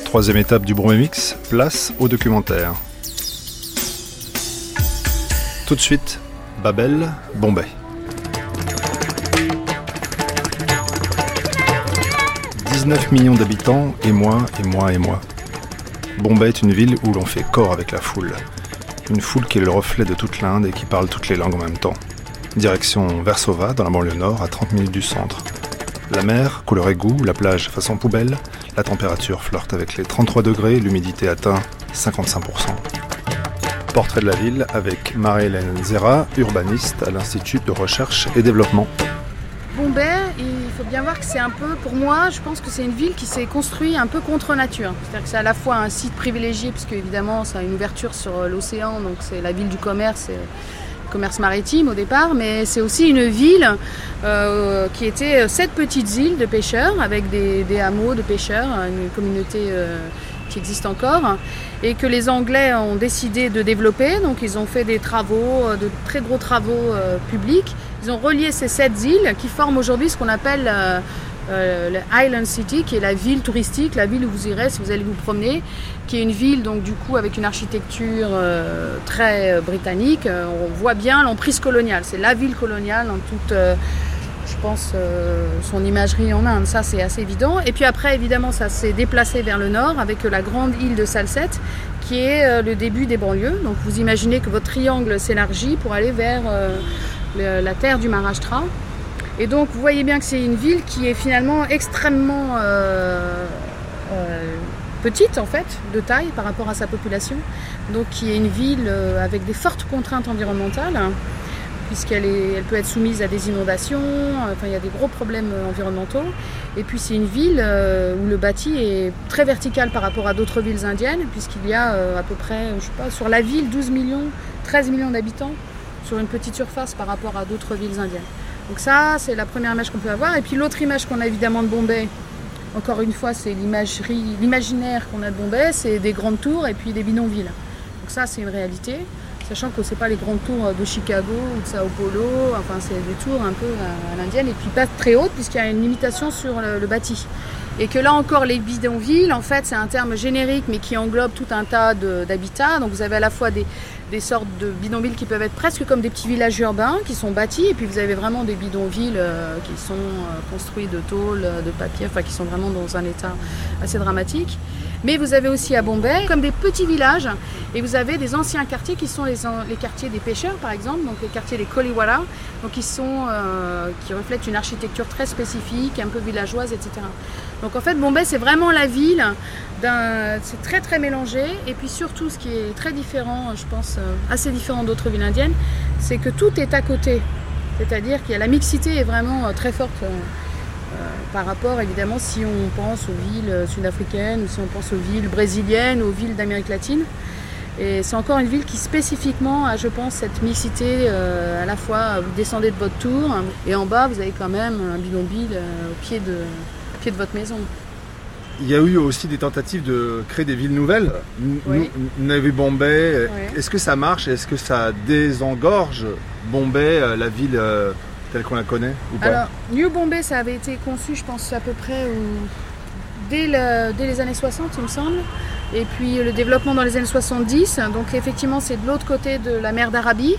Troisième étape du Bombay Mix, place au documentaire. Tout de suite, Babel, Bombay. 19 millions d'habitants, et moi. Bombay est une ville où l'on fait corps avec la foule. Une foule qui est le reflet de toute l'Inde et qui parle toutes les langues en même temps. Direction Versova, dans la banlieue nord, à 30 minutes du centre. La mer, couleur égout, la plage façon poubelle, la température flirte avec les 33 degrés, l'humidité atteint 55%. Portrait de la ville avec Marie-Hélène Zera, urbaniste à l'Institut de recherche et développement. Bombay, il faut bien voir que c'est un peu, pour moi, je pense que c'est une ville qui s'est construite un peu contre nature. C'est-à-dire que c'est à la fois un site privilégié, puisque évidemment ça a une ouverture sur l'océan, donc c'est la ville du commerce, commerce maritime au départ, mais c'est aussi une ville qui était 7 petites îles de pêcheurs, avec des hameaux de pêcheurs, une communauté qui existe encore, et que les Anglais ont décidé de développer. Donc ils ont fait des travaux, de très gros travaux publics. Ils ont relié ces 7 îles qui forment aujourd'hui ce qu'on appelle le Island City, qui est la ville touristique, la ville où vous irez si vous allez vous promener, qui est une ville donc du coup avec une architecture très britannique. On voit bien l'emprise coloniale, c'est la ville coloniale dans toute, je pense, son imagerie en Inde, ça c'est assez évident. Et puis après évidemment ça s'est déplacé vers le nord avec la grande île de Salsette, qui est le début des banlieues. Donc vous imaginez que votre triangle s'élargit pour aller vers la terre du Maharashtra. Et donc vous voyez bien que c'est une ville qui est finalement extrêmement petite en fait, de taille par rapport à sa population. Donc qui est une ville avec des fortes contraintes environnementales, puisqu'elle peut être soumise à des inondations, enfin il y a des gros problèmes environnementaux. Et puis c'est une ville où le bâti est très vertical par rapport à d'autres villes indiennes, puisqu'il y a à peu près, je sais pas, sur la ville 12 millions, 13 millions d'habitants sur une petite surface par rapport à d'autres villes indiennes. Donc ça, c'est la première image qu'on peut avoir. Et puis l'autre image qu'on a évidemment de Bombay, encore une fois, c'est l'imaginaire qu'on a de Bombay, c'est des grandes tours et puis des bidonvilles. Donc ça, c'est une réalité, sachant que ce n'est pas les grandes tours de Chicago ou de Sao Paulo, enfin c'est des tours un peu à l'indienne, et puis pas très hautes puisqu'il y a une limitation sur le bâti. Et que là encore, les bidonvilles, en fait, c'est un terme générique mais qui englobe tout un tas d'habitats. Donc vous avez à la fois des sortes de bidonvilles qui peuvent être presque comme des petits villages urbains qui sont bâtis, et puis vous avez vraiment des bidonvilles qui sont construits de tôle, de papier, enfin qui sont vraiment dans un état assez dramatique. Mais vous avez aussi à Bombay comme des petits villages, et vous avez des anciens quartiers qui sont les quartiers des pêcheurs par exemple, donc les quartiers des Koliwala, donc qui reflètent une architecture très spécifique, un peu villageoise, etc. Donc en fait Bombay c'est vraiment la ville c'est très très mélangé, et puis surtout ce qui est très différent, je pense assez différent d'autres villes indiennes, c'est que tout est à côté, c'est-à-dire que la mixité est vraiment très forte par rapport évidemment si on pense aux villes sud-africaines ou si on pense aux villes brésiliennes, aux villes d'Amérique latine. Et c'est encore une ville qui spécifiquement a, je pense, cette mixité, à la fois vous descendez de votre tour et en bas vous avez quand même un bidonville au pied de votre maison. Il y a eu aussi des tentatives de créer des villes nouvelles. Oui. Navi Bombay, Oui. Est-ce que ça marche? Est-ce que ça désengorge Bombay, la ville telle qu'on la connaît ou pas? Alors, New Bombay, ça avait été conçu, je pense, à peu près dès les années 60, il me semble. Et puis le développement dans les années 70. Donc effectivement, c'est de l'autre côté de la mer d'Arabie.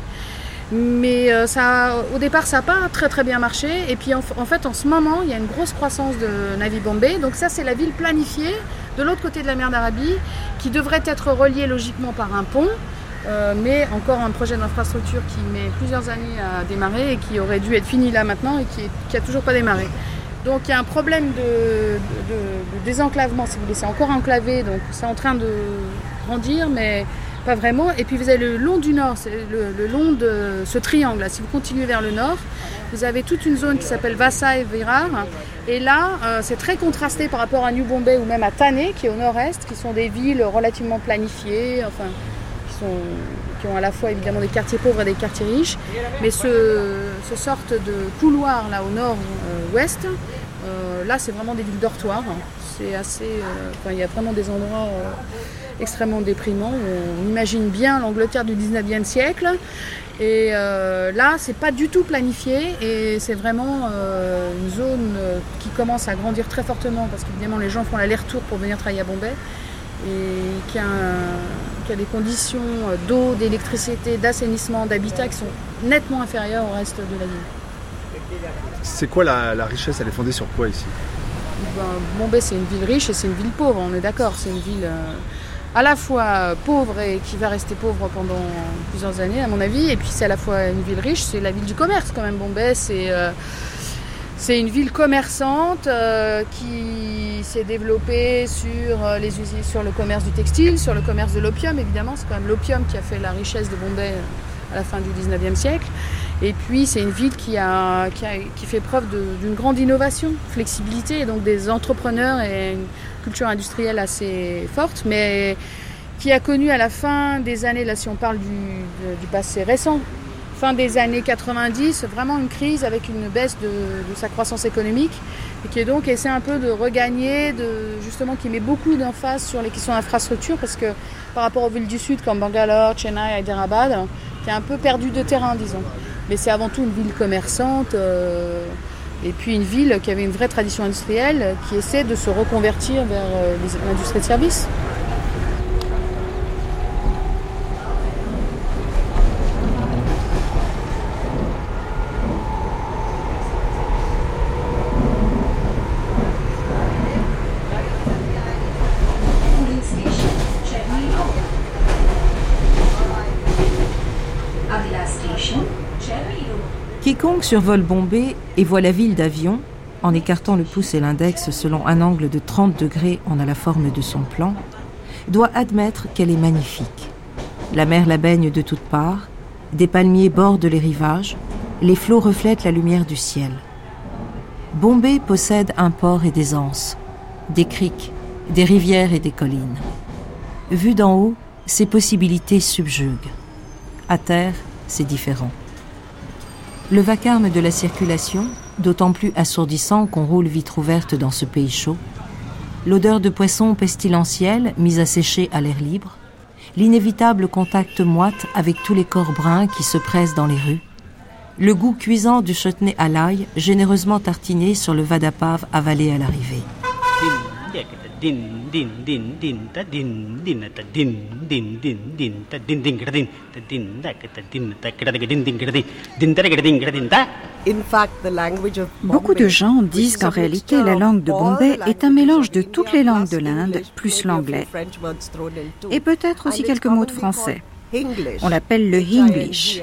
Mais au départ, ça n'a pas très très bien marché. Et puis en fait, en ce moment, il y a une grosse croissance de Navi Bombay. Donc ça, c'est la ville planifiée de l'autre côté de la mer d'Arabie, qui devrait être reliée logiquement par un pont. Mais encore un projet d'infrastructure qui met plusieurs années à démarrer et qui aurait dû être fini là maintenant et qui n'a toujours pas démarré. Donc il y a un problème de désenclavement, si vous voulez. C'est encore enclavé, donc c'est en train de grandir, mais pas vraiment. Et puis vous avez le long du nord, c'est le long de ce triangle là. Si vous continuez vers le nord, vous avez toute une zone qui s'appelle Vasai Virar. Et là, c'est très contrasté par rapport à New Bombay ou même à Thane, qui est au nord-est, qui sont des villes relativement planifiées, enfin, qui ont à la fois évidemment des quartiers pauvres et des quartiers riches. Mais ce sorte de couloir là au nord-ouest, là c'est vraiment des villes dortoirs. C'est assez, il y a vraiment des endroits extrêmement déprimant. On imagine bien l'Angleterre du 19e siècle. Et là, c'est pas du tout planifié et c'est vraiment une zone qui commence à grandir très fortement parce qu'évidemment les gens font l'aller-retour pour venir travailler à Bombay et qui a des conditions d'eau, d'électricité, d'assainissement, d'habitat qui sont nettement inférieures au reste de la ville. C'est quoi la richesse? Elle est fondée sur quoi ici? Bombay, c'est une ville riche et c'est une ville pauvre, on est d'accord. C'est une ville à la fois pauvre et qui va rester pauvre pendant plusieurs années, à mon avis. Et puis c'est à la fois une ville riche, c'est la ville du commerce quand même. Bombay, c'est une ville commerçante qui s'est développée sur les usines, sur le commerce du textile, sur le commerce de l'opium, évidemment. C'est quand même l'opium qui a fait la richesse de Bombay à la fin du 19e siècle. Et puis c'est une ville qui fait preuve d'une grande innovation, flexibilité, et donc des entrepreneurs et une culture industrielle assez forte, mais qui a connu à la fin des années, là si on parle du passé récent, fin des années 90, vraiment une crise avec une baisse de sa croissance économique, et qui est donc essaie un peu de regagner, justement qui met beaucoup d'emphase sur les questions d'infrastructure, parce que par rapport aux villes du sud comme Bangalore, Chennai, Hyderabad, qui est un peu perdu de terrain, disons. Mais c'est avant tout une ville commerçante et puis une ville qui avait une vraie tradition industrielle qui essaie de se reconvertir vers l'industrie de services. Quiconque survole Bombay et voit la ville d'avion, en écartant le pouce et l'index selon un angle de 30 degrés en a la forme de son plan, doit admettre qu'elle est magnifique. La mer la baigne de toutes parts, des palmiers bordent les rivages, les flots reflètent la lumière du ciel. Bombay possède un port et des anses, des criques, des rivières et des collines. Vu d'en haut, ces possibilités subjuguent. À terre, c'est différent. Le vacarme de la circulation, d'autant plus assourdissant qu'on roule vitre ouverte dans ce pays chaud, l'odeur de poisson pestilentiel mise à sécher à l'air libre, l'inévitable contact moite avec tous les corps bruns qui se pressent dans les rues, le goût cuisant du chutney à l'ail généreusement tartiné sur le vadapav avalé à l'arrivée. Beaucoup de gens disent qu'en réalité, la langue de Bombay est un mélange de toutes les langues de l'Inde, plus l'anglais, et peut-être aussi quelques mots de français. On l'appelle le Hinglish,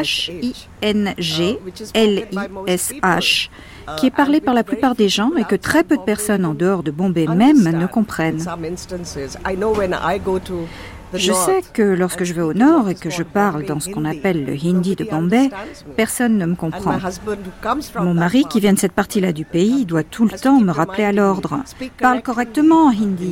H-I-N-G-L-I-S-H, qui est parlé par la plupart des gens et que très peu de personnes en dehors de Bombay même ne comprennent. Je sais que lorsque je vais au nord et que je parle dans ce qu'on appelle le hindi de Bombay, personne ne me comprend. Mon mari, qui vient de cette partie-là du pays, doit tout le temps me rappeler à l'ordre. Parle correctement en hindi.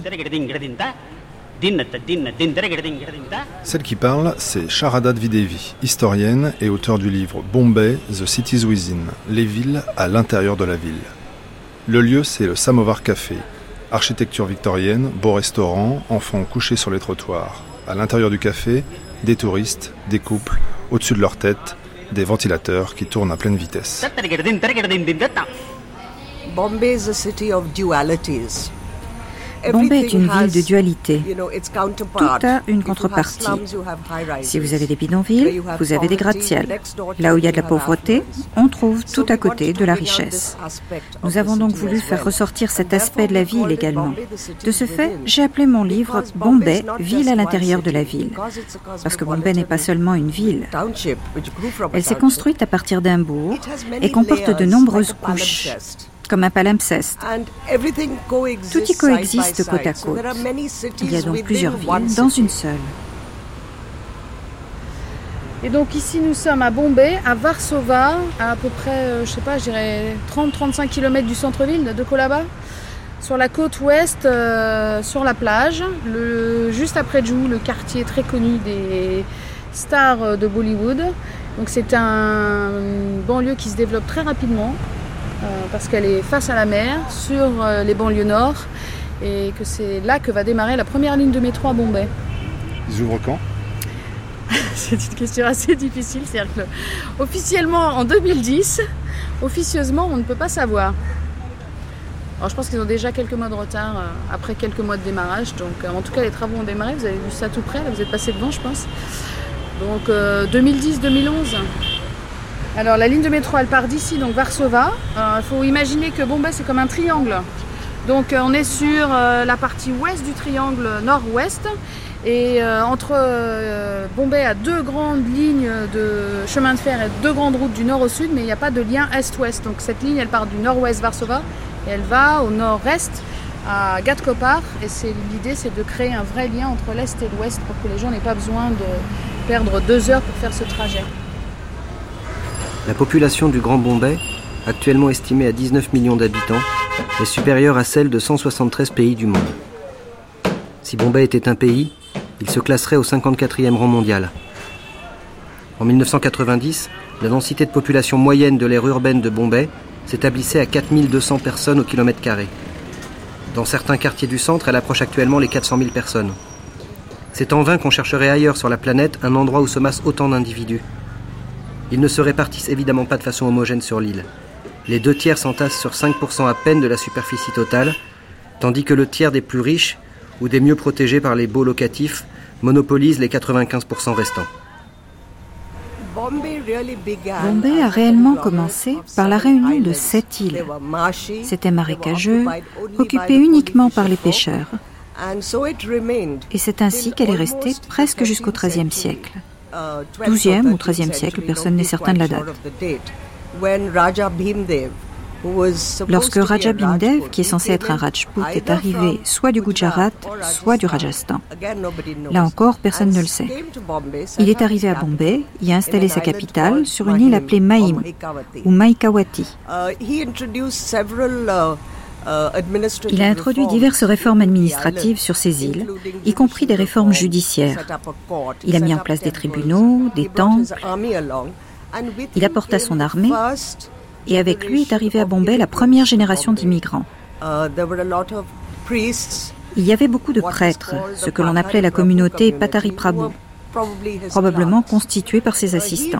Celle qui parle, c'est Sharada Devi, historienne et auteure du livre Bombay, The Cities Within, les villes à l'intérieur de la ville. Le lieu, c'est le Samovar Café. Architecture victorienne, beaux restaurants, enfants couchés sur les trottoirs. À l'intérieur du café, des touristes, des couples, au-dessus de leur tête, des ventilateurs qui tournent à pleine vitesse. Bombay is a city of dualities. Bombay est une ville de dualité. Tout a une contrepartie. Si vous avez des bidonvilles, vous avez des gratte-ciel. Là où il y a de la pauvreté, on trouve tout à côté de la richesse. Nous avons donc voulu faire ressortir cet aspect de la ville également. De ce fait, j'ai appelé mon livre « Bombay, ville à l'intérieur de la ville ». Parce que Bombay n'est pas seulement une ville. Elle s'est construite à partir d'un bourg et comporte de nombreuses couches, comme un palimpseste. Tout y coexiste côte à côte. Il y a donc plusieurs villes dans une seule. Et donc ici nous sommes à Bombay, à Versova, à peu près, je dirais 30-35 km du centre-ville de Colaba, sur la côte ouest, sur la plage, juste après Juhu, le quartier très connu des stars de Bollywood. Donc c'est une banlieue qui se développe très rapidement, parce qu'elle est face à la mer, sur les banlieues nord, et que c'est là que va démarrer la première ligne de métro à Bombay. Ils ouvrent quand ? C'est une question assez difficile, c'est-à-dire que officiellement en 2010, officieusement on ne peut pas savoir. Alors je pense qu'ils ont déjà quelques mois de retard après quelques mois de démarrage, donc en tout cas les travaux ont démarré, vous avez vu ça tout près, là, vous êtes passé devant je pense. Donc 2010-2011. Alors la ligne de métro elle part d'ici, donc Varsova. Il faut imaginer que Bombay c'est comme un triangle. Donc on est sur la partie ouest du triangle nord-ouest. Et entre Bombay a deux grandes lignes de chemin de fer et deux grandes routes du nord au sud, mais il n'y a pas de lien est-ouest. Donc cette ligne elle part du nord-ouest Varsova et elle va au nord-est à Ghatkopar. Et l'idée c'est de créer un vrai lien entre l'est et l'ouest pour que les gens n'aient pas besoin de perdre 2 heures pour faire ce trajet. La population du Grand Bombay, actuellement estimée à 19 millions d'habitants, est supérieure à celle de 173 pays du monde. Si Bombay était un pays, il se classerait au 54e rang mondial. En 1990, la densité de population moyenne de l'aire urbaine de Bombay s'établissait à 4200 personnes au kilomètre carré. Dans certains quartiers du centre, elle approche actuellement les 400 000 personnes. C'est en vain qu'on chercherait ailleurs sur la planète un endroit où se massent autant d'individus. Ils ne se répartissent évidemment pas de façon homogène sur l'île. Les 2 tiers s'entassent sur 5% à peine de la superficie totale, tandis que le tiers des plus riches ou des mieux protégés par les baux locatifs monopolise les 95% restants. Bombay a réellement commencé par la réunion de 7 îles. C'était marécageux, occupé uniquement par les pêcheurs. Et c'est ainsi qu'elle est restée presque jusqu'au XIIIe siècle. 12e ou 13e siècle, personne n'est certain de la date. Lorsque Raja Bhimdev, qui est censé être un Rajput, est arrivé soit du Gujarat, soit du Rajasthan. Là encore, personne ne le sait. Il est arrivé à Bombay, y a installé sa capitale sur une île appelée Mahim, ou Maikawati. Il a introduit diverses réformes administratives sur ces îles, y compris des réformes judiciaires. Il a mis en place des tribunaux, des temples. Il apporta son armée. Et avec lui est arrivée à Bombay la première génération d'immigrants. Il y avait beaucoup de prêtres, ce que l'on appelait la communauté Patari Prabhu, probablement constituée par ses assistants.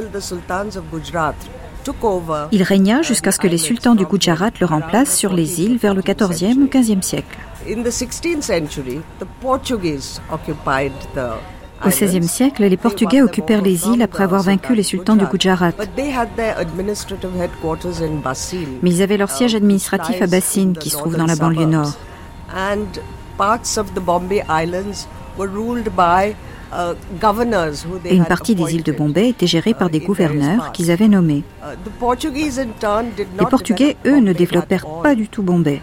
Il régna jusqu'à ce que les sultans du Gujarat le remplacent sur les îles vers le XIVe ou XVe siècle. Au XVIe siècle, les Portugais occupèrent les îles après avoir vaincu les sultans du Gujarat. Mais ils avaient leur siège administratif à Bassein, qui se trouve dans la banlieue nord. Et une partie des îles de Bombay était gérée par des gouverneurs qu'ils avaient nommés. Les Portugais, eux, ne développèrent pas du tout Bombay.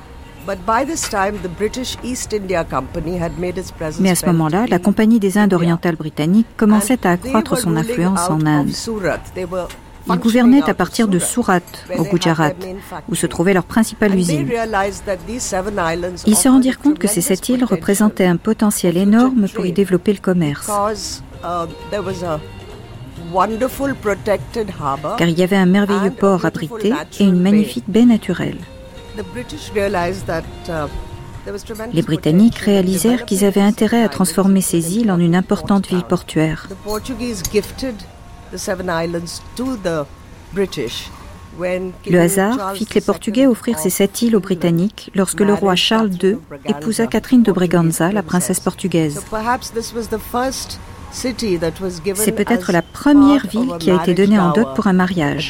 Mais à ce moment-là, la Compagnie des Indes orientales britanniques commençait à accroître son influence en Inde. Ils gouvernaient à partir de Surat, au Gujarat, où se trouvait leur principale usine. Ils se rendirent compte que ces 7 îles représentaient un potentiel énorme pour y développer le commerce. Car il y avait un merveilleux port abrité et une magnifique baie naturelle. Les Britanniques réalisèrent qu'ils avaient intérêt à transformer ces îles en une importante ville portuaire. Le hasard fit que les Portugais offrirent ces 7 îles aux Britanniques lorsque le roi Charles II épousa Catherine de Braganza, la princesse portugaise. C'est peut-être la première ville qui a été donnée en dot pour un mariage.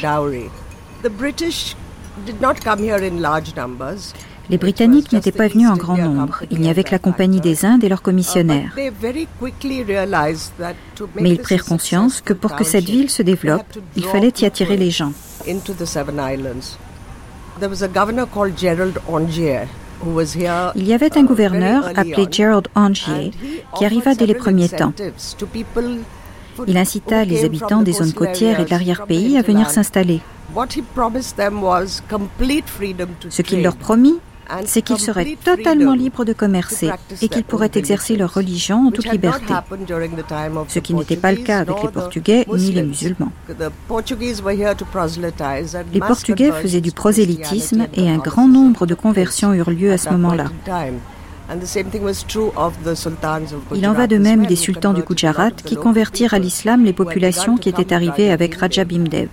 Les Britanniques n'étaient pas venus en grand nombre. Il n'y avait que la Compagnie des Indes et leurs commissionnaires. Mais ils prirent conscience que pour que cette ville se développe, il fallait y attirer les gens. Il y avait un gouverneur appelé Gerald Angier qui arriva dès les premiers temps. Il incita les habitants des zones côtières et de l'arrière-pays à venir s'installer. Ce qu'il leur promit, c'est qu'ils seraient totalement libres de commercer et qu'ils pourraient exercer leur religion en toute liberté, ce qui n'était pas le cas avec les Portugais ni les musulmans. Les Portugais faisaient du prosélytisme et un grand nombre de conversions eurent lieu à ce moment-là. Il en va de même des sultans du Gujarat qui convertirent à l'islam les populations qui étaient arrivées avec Raja Bhimdev.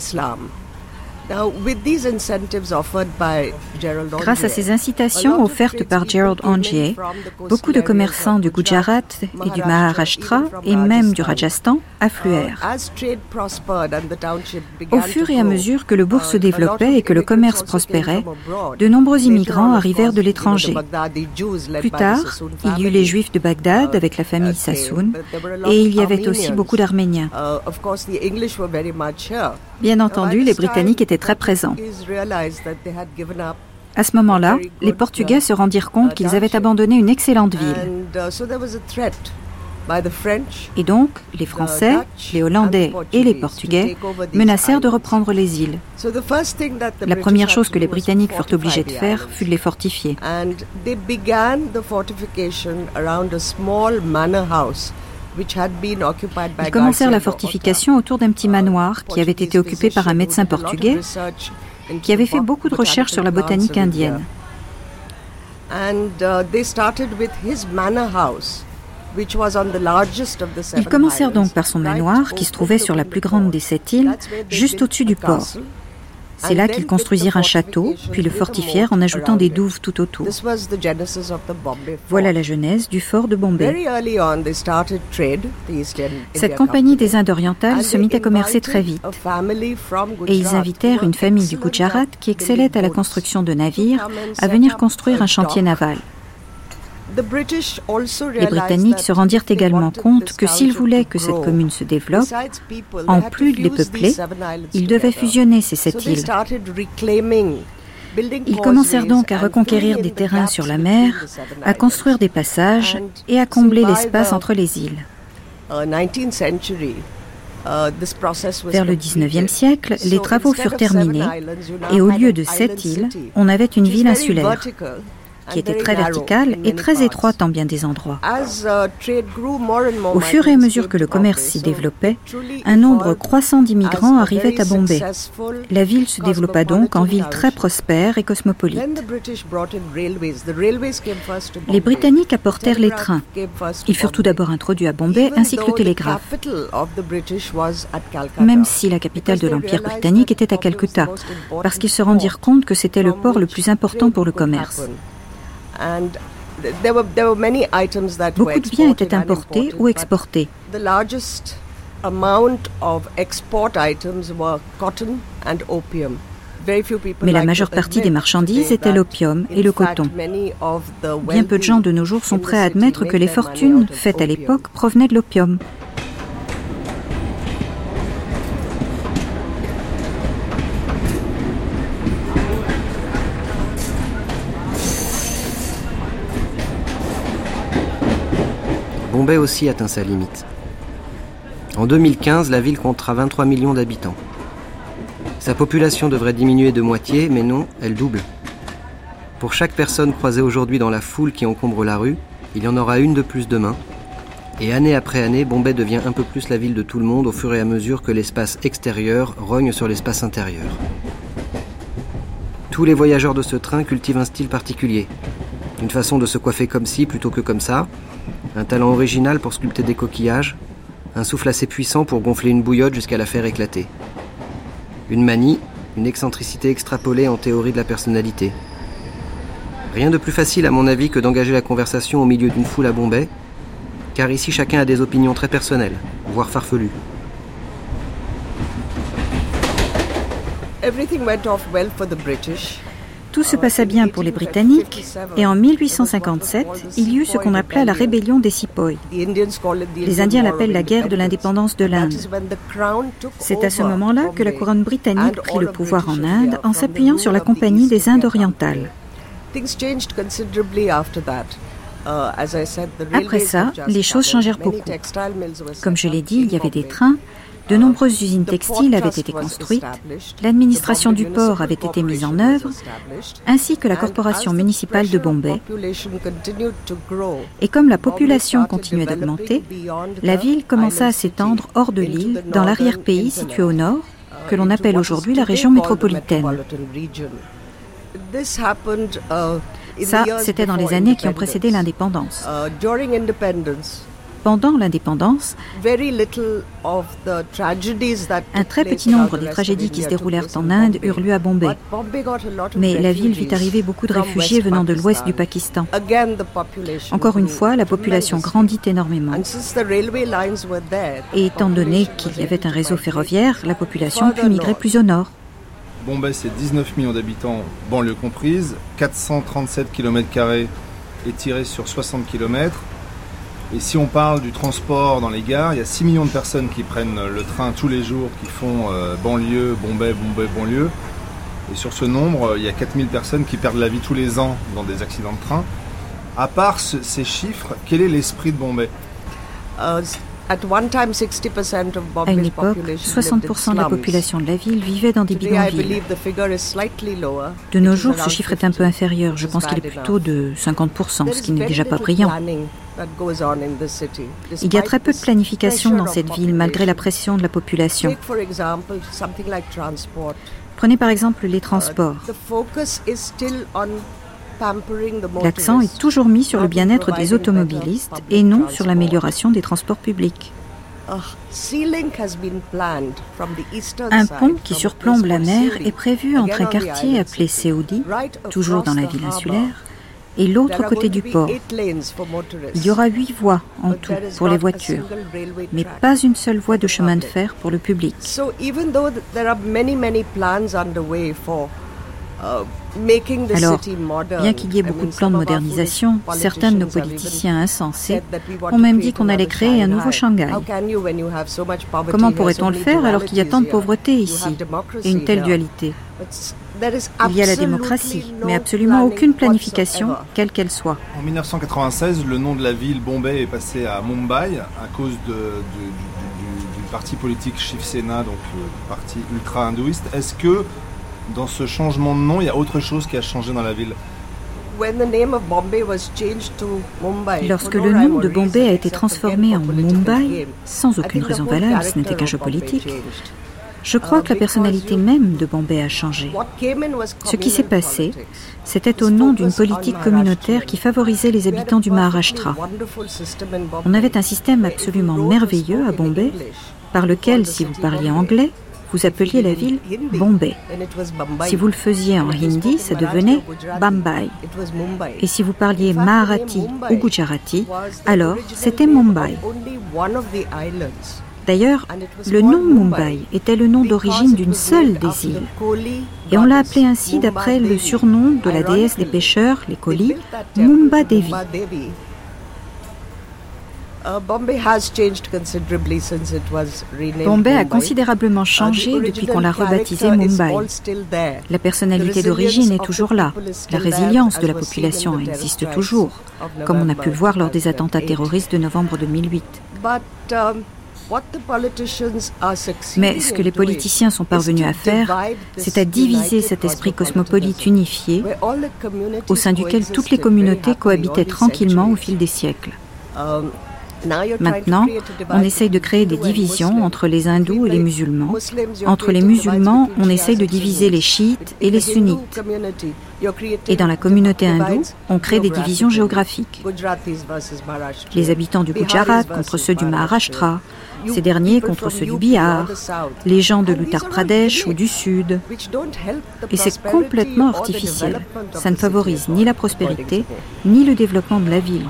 Grâce à ces incitations offertes par Gerald Onjie, beaucoup de commerçants du Gujarat et du Maharashtra et même du Rajasthan affluèrent. Au fur et à mesure que le bourg se développait et que le commerce prospérait, de nombreux immigrants arrivèrent de l'étranger. Plus tard, il y eut les Juifs de Bagdad avec la famille Sassoon et il y avait aussi beaucoup d'Arméniens. Bien entendu, les Britanniques étaient très présents. À ce moment-là, les Portugais se rendirent compte qu'ils avaient abandonné une excellente ville. Et donc, les Français, les Hollandais et les Portugais menacèrent de reprendre les îles. La première chose que les Britanniques furent obligés de faire fut de les fortifier. Ils commencèrent la fortification autour d'un petit manoir qui avait été occupé par un médecin portugais qui avait fait beaucoup de recherches sur la botanique indienne. Ils commencèrent donc par son manoir qui se trouvait sur la plus grande des 7 îles, juste au-dessus du port. C'est là qu'ils construisirent un château, puis le fortifièrent en ajoutant des douves tout autour. Voilà la genèse du fort de Bombay. Cette compagnie des Indes orientales se mit à commercer très vite. Et ils invitèrent une famille du Gujarat qui excellait à la construction de navires à venir construire un chantier naval. Les Britanniques se rendirent également compte que s'ils voulaient que cette commune se développe, en plus de les peupler, ils devaient fusionner ces 7 îles. Ils commencèrent donc à reconquérir des terrains sur la mer, à construire des passages et à combler l'espace entre les îles. Vers le XIXe siècle, les travaux furent terminés et au lieu de 7 îles, on avait une ville insulaire qui était très verticale et très étroite en bien des endroits. Au fur et à mesure que le commerce s'y développait, un nombre croissant d'immigrants arrivait à Bombay. La ville se développa donc en ville très prospère et cosmopolite. Les Britanniques apportèrent les trains. Ils furent tout d'abord introduits à Bombay ainsi que le télégraphe, même si la capitale de l'Empire britannique était à Calcutta, parce qu'ils se rendirent compte que c'était le port le plus important pour le commerce. Beaucoup de biens étaient importés ou exportés. Mais la majeure partie des marchandises était l'opium et le coton. Bien peu de gens de nos jours sont prêts à admettre que les fortunes faites à l'époque provenaient de l'opium. Bombay aussi atteint sa limite. En 2015, la ville comptera 23 millions d'habitants. Sa population devrait diminuer de moitié, mais non, elle double. Pour chaque personne croisée aujourd'hui dans la foule qui encombre la rue, il y en aura une de plus demain. Et année après année, Bombay devient un peu plus la ville de tout le monde au fur et à mesure que l'espace extérieur rogne sur l'espace intérieur. Tous les voyageurs de ce train cultivent un style particulier. Une façon de se coiffer comme ci plutôt que comme ça, un talent original pour sculpter des coquillages, un souffle assez puissant pour gonfler une bouillotte jusqu'à la faire éclater. Une manie, une excentricité extrapolée en théorie de la personnalité. Rien de plus facile à mon avis que d'engager la conversation au milieu d'une foule à Bombay, car ici chacun a des opinions très personnelles, voire farfelues. Tout se passa bien pour les Britanniques et en 1857, il y eut ce qu'on appela la rébellion des Sepoys. Les Indiens l'appellent la guerre de l'indépendance de l'Inde. C'est à ce moment-là que la couronne britannique prit le pouvoir en Inde en s'appuyant sur la Compagnie des Indes orientales. Après ça, les choses changèrent beaucoup. Comme je l'ai dit, il y avait des trains, De nombreuses usines textiles avaient été construites, l'administration du port avait été mise en œuvre, ainsi que la corporation municipale de Bombay. Et comme la population continuait d'augmenter, la ville commença à s'étendre hors de l'île, dans l'arrière-pays situé au nord, que l'on appelle aujourd'hui la région métropolitaine. Ça, c'était dans les années qui ont précédé l'indépendance. Pendant l'indépendance, un très petit nombre des tragédies qui se déroulèrent en Inde eurent lieu à Bombay. Mais la ville vit arriver beaucoup de réfugiés venant de l'ouest du Pakistan. Encore une fois, la population grandit énormément. Et étant donné qu'il y avait un réseau ferroviaire, la population put migrer plus au nord. Bombay, c'est 19 millions d'habitants, banlieue comprise, 437 km² étirés sur 60 km. Et si on parle du transport dans les gares, il y a 6 millions de personnes qui prennent le train tous les jours, qui font banlieue, Bombay, banlieue. Et sur ce nombre, il y a 4000 personnes qui perdent la vie tous les ans dans des accidents de train. À part ces chiffres, quel est l'esprit de Bombay ? À une époque, 60% de la population de la ville vivait dans des bidonvilles. De nos jours, ce chiffre est un peu inférieur. Je pense qu'il est plutôt de 50%, ce qui n'est déjà pas brillant. Il y a très peu de planification dans cette ville, malgré la pression de la population. Prenez par exemple les transports. L'accent est toujours mis sur le bien-être des automobilistes et non sur l'amélioration des transports publics. Un pont qui surplombe la mer est prévu entre un quartier appelé Seoudi, toujours dans la ville insulaire, et l'autre côté du port. Il y aura 8 voies en tout pour les voitures, mais pas une seule voie de chemin de fer pour le public. Alors, bien qu'il y ait beaucoup de plans de modernisation, certains de nos politiciens insensés ont même dit qu'on allait créer un nouveau Shanghai. Comment pourrait-on le faire alors qu'il y a tant de pauvreté ici et une telle dualité ? Il y a la démocratie, mais absolument aucune planification, quelle qu'elle soit. En 1996, le nom de la ville Bombay est passé à Mumbai à cause du parti politique Shiv Sena, donc le parti ultra-hindouiste. Est-ce que dans ce changement de nom, il y a autre chose qui a changé dans la ville ? Lorsque le nom de Bombay a été transformé en Mumbai, sans aucune raison valable, ce n'était qu'un jeu politique, je crois que la personnalité même de Bombay a changé. Ce qui s'est passé, c'était au nom d'une politique communautaire qui favorisait les habitants du Maharashtra. On avait un système absolument merveilleux à Bombay, par lequel, si vous parliez anglais, vous appeliez la ville Bombay. Si vous le faisiez en hindi, ça devenait Bambai. Et si vous parliez Marathi ou Gujarati, alors c'était Mumbai. D'ailleurs, le nom Mumbai était le nom d'origine d'une seule des îles. Et on l'a appelé ainsi d'après le surnom de la déesse des pêcheurs, les colis, Mumba Devi. Bombay a considérablement changé depuis qu'on l'a rebaptisé Mumbai. La personnalité d'origine est toujours là. La résilience de la population existe toujours, comme on a pu le voir lors des attentats terroristes de novembre 2008. Mais ce que les politiciens sont parvenus à faire, c'est à diviser cet esprit cosmopolite unifié, au sein duquel toutes les communautés cohabitaient tranquillement au fil des siècles. Maintenant, on essaye de créer des divisions entre les hindous et les musulmans. Entre les musulmans, on essaye de diviser les chiites et les sunnites. Et dans la communauté hindoue, on crée des divisions géographiques. Les habitants du Gujarat contre ceux du Maharashtra, ces derniers contre ceux du Bihar, les gens de l'Uttar Pradesh ou du Sud. Et c'est complètement artificiel. Ça ne favorise ni la prospérité, ni le développement de la ville.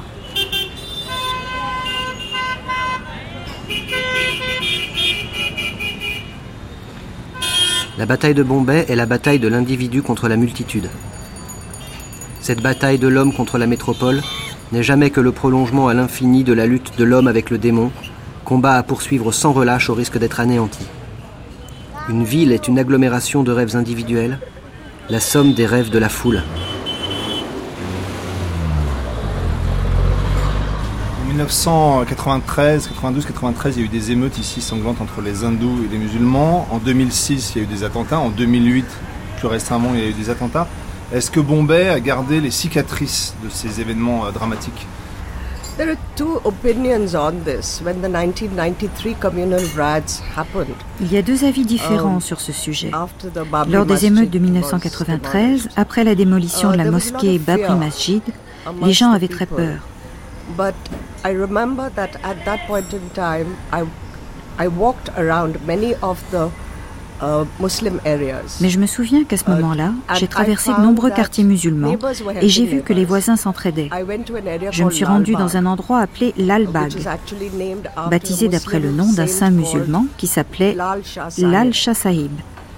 La bataille de Bombay est la bataille de l'individu contre la multitude. Cette bataille de l'homme contre la métropole n'est jamais que le prolongement à l'infini de la lutte de l'homme avec le démon, combat à poursuivre sans relâche au risque d'être anéanti. Une ville est une agglomération de rêves individuels, la somme des rêves de la foule. En 1993, 92, 93, il y a eu des émeutes ici sanglantes entre les hindous et les musulmans. En 2006, il y a eu des attentats. En 2008, plus récemment, il y a eu des attentats. Est-ce que Bombay a gardé les cicatrices de ces événements dramatiques? There are two opinions on this. When the 1993 communal riots happened, il y a deux avis différents sur ce sujet. Lors des émeutes de 1993, après la démolition de la mosquée Babri Masjid, les gens avaient très peur. But I remember that at that point in time, I walked around many of the Muslim areas. Mais je me souviens qu'à ce moment-là, j'ai traversé de nombreux quartiers musulmans et j'ai vu que les voisins s'entraidaient. Je me suis rendue dans un endroit appelé Lal Bagh, baptisé d'après le nom d'un saint musulman qui s'appelait Lal Shah Sahib.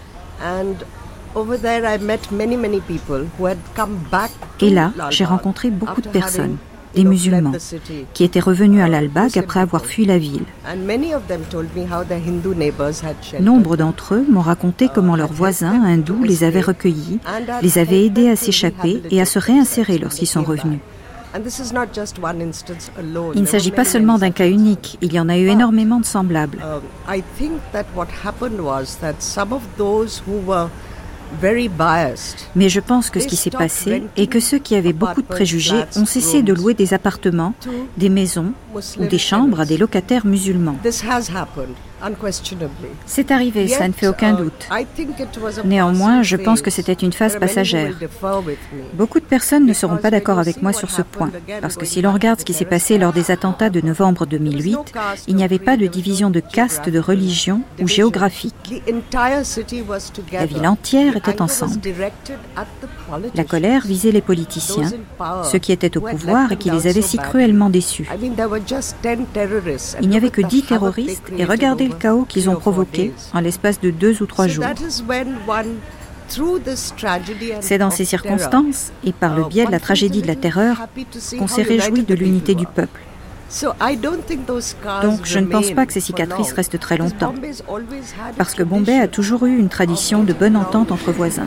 Et là, j'ai rencontré beaucoup de personnes, des musulmans, qui étaient revenus à Lal Bagh après avoir fui la ville. Nombre d'entre eux m'ont raconté comment leurs voisins hindous les avaient recueillis, les avaient aidés à s'échapper et à se réinsérer lorsqu'ils sont revenus. Il ne s'agit pas seulement d'un cas unique, il y en a eu énormément de semblables. Mais je pense que ce qui s'est passé est que ceux qui avaient beaucoup de préjugés ont cessé de louer des appartements, des maisons ou des chambres à des locataires musulmans. C'est arrivé, ça ne fait aucun doute. Néanmoins, je pense que c'était une phase passagère. Beaucoup de personnes ne seront pas d'accord avec moi sur ce point, parce que si l'on regarde ce qui s'est passé lors des attentats de novembre 2008, il n'y avait pas de division de caste, de religion ou géographique. La ville entière était ensemble. La colère visait les politiciens, ceux qui étaient au pouvoir et qui les avaient si cruellement déçus. Il n'y avait que 10 terroristes et regardez le chaos qu'ils ont provoqué en l'espace de 2 ou 3 jours. C'est dans ces circonstances, et par le biais de la tragédie de la terreur, qu'on s'est réjoui de l'unité du peuple. Donc je ne pense pas que ces cicatrices restent très longtemps, parce que Bombay a toujours eu une tradition de bonne entente entre voisins.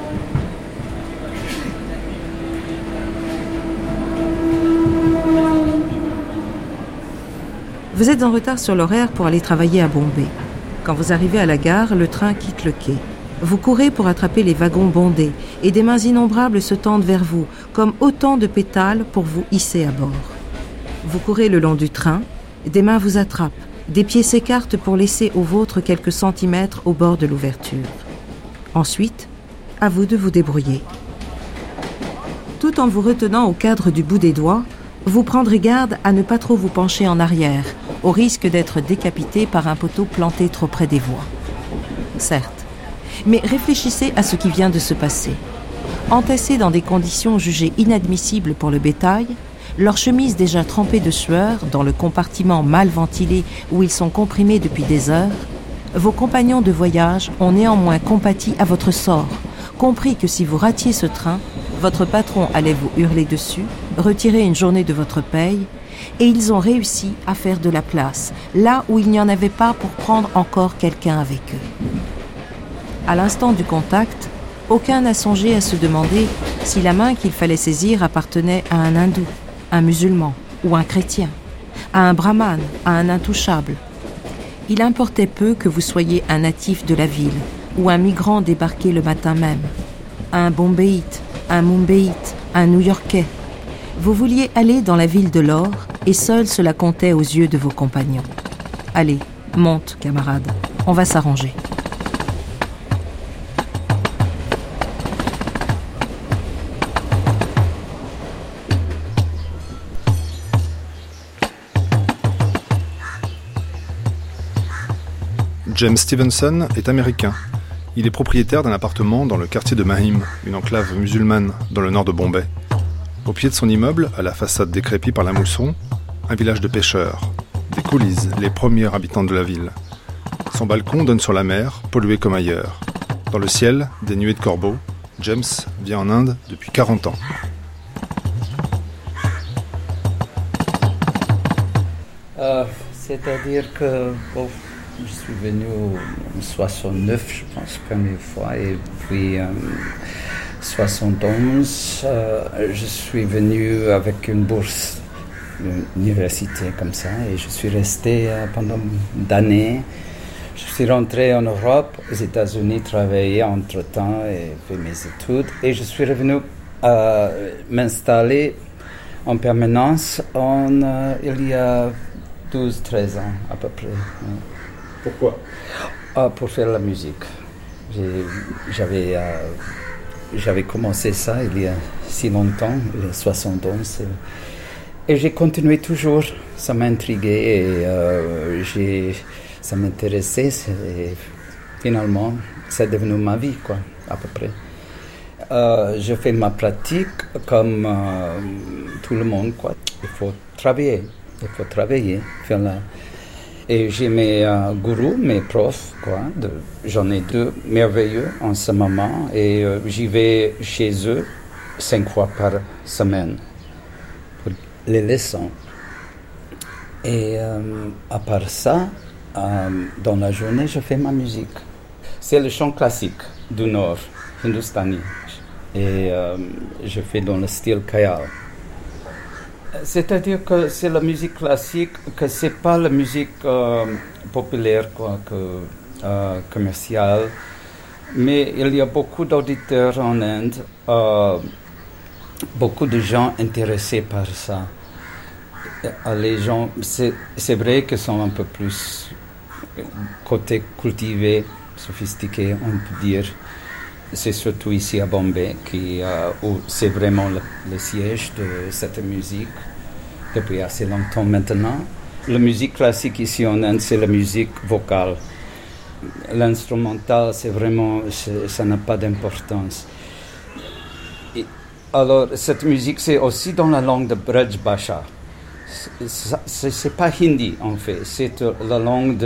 Vous êtes en retard sur l'horaire pour aller travailler à Bombay. Quand vous arrivez à la gare, le train quitte le quai. Vous courez pour attraper les wagons bondés et des mains innombrables se tendent vers vous, comme autant de pétales pour vous hisser à bord. Vous courez le long du train, des mains vous attrapent, des pieds s'écartent pour laisser aux vôtres quelques centimètres au bord de l'ouverture. Ensuite, à vous de vous débrouiller. Tout en vous retenant au cadre du bout des doigts, vous prendrez garde à ne pas trop vous pencher en arrière, au risque d'être décapité par un poteau planté trop près des voies. Certes, mais réfléchissez à ce qui vient de se passer. Entassés dans des conditions jugées inadmissibles pour le bétail, leurs chemises déjà trempées de sueur, dans le compartiment mal ventilé où ils sont comprimés depuis des heures, vos compagnons de voyage ont néanmoins compati à votre sort, compris que si vous ratiez ce train, votre patron allait vous hurler dessus, retirer une journée de votre paye, et ils ont réussi à faire de la place, là où il n'y en avait pas pour prendre encore quelqu'un avec eux. À l'instant du contact, aucun n'a songé à se demander si la main qu'il fallait saisir appartenait à un hindou, un musulman ou un chrétien, à un brahmane, à un intouchable. Il importait peu que vous soyez un natif de la ville ou un migrant débarqué le matin même, un Bombayite, un Mumbaïite, un New-Yorkais. Vous vouliez aller dans la ville de l'or et seul cela comptait aux yeux de vos compagnons. Allez, monte, camarade, on va s'arranger. James Stevenson est américain. Il est propriétaire d'un appartement dans le quartier de Mahim, une enclave musulmane dans le nord de Bombay. Au pied de son immeuble, à la façade décrépie par la mousson, un village de pêcheurs, des coolies, les premiers habitants de la ville. Son balcon donne sur la mer, polluée comme ailleurs. Dans le ciel, des nuées de corbeaux. James vit en Inde depuis 40 ans. C'est-à-dire que je suis venu en 69, je pense, première fois, et puis 71, je suis venu avec une bourse l'université comme ça et je suis resté pendant d'années. Je suis rentré en Europe, aux États-Unis, travaillé entre-temps et fait mes études. Et je suis revenu m'installer en permanence il y a 12-13 ans à peu près. Pourquoi ? Pour faire la musique. J'avais commencé ça il y a si longtemps, il y a 71. Et j'ai continué toujours. Ça m'a intrigué et ça m'intéressait. Et finalement, c'est devenu ma vie, quoi, à peu près. Je fais ma pratique comme tout le monde, quoi. Il faut travailler, faire la... Et j'ai mes gourous, mes profs, quoi. J'en ai 2 merveilleux en ce moment. Et j'y vais chez eux 5 fois par semaine pour les leçons. Et à part ça, dans la journée, je fais ma musique. C'est le chant classique du Nord, hindustani. Et je fais dans le style Khyal. C'est-à-dire que c'est la musique classique, que c'est pas la musique populaire, quoi, commerciale. Mais il y a beaucoup d'auditeurs en Inde, beaucoup de gens intéressés par ça. Les gens, c'est vrai qu'ils sont un peu plus côté cultivé, sophistiqué, on peut dire. C'est surtout ici à Bombay où c'est vraiment le siège de cette musique depuis assez longtemps maintenant. La musique classique ici en Inde, c'est la musique vocale. L'instrumental, c'est vraiment, ça n'a pas d'importance. Alors, cette musique, c'est aussi dans la langue de Braj Bhasha. C'est pas hindi, en fait. C'est la langue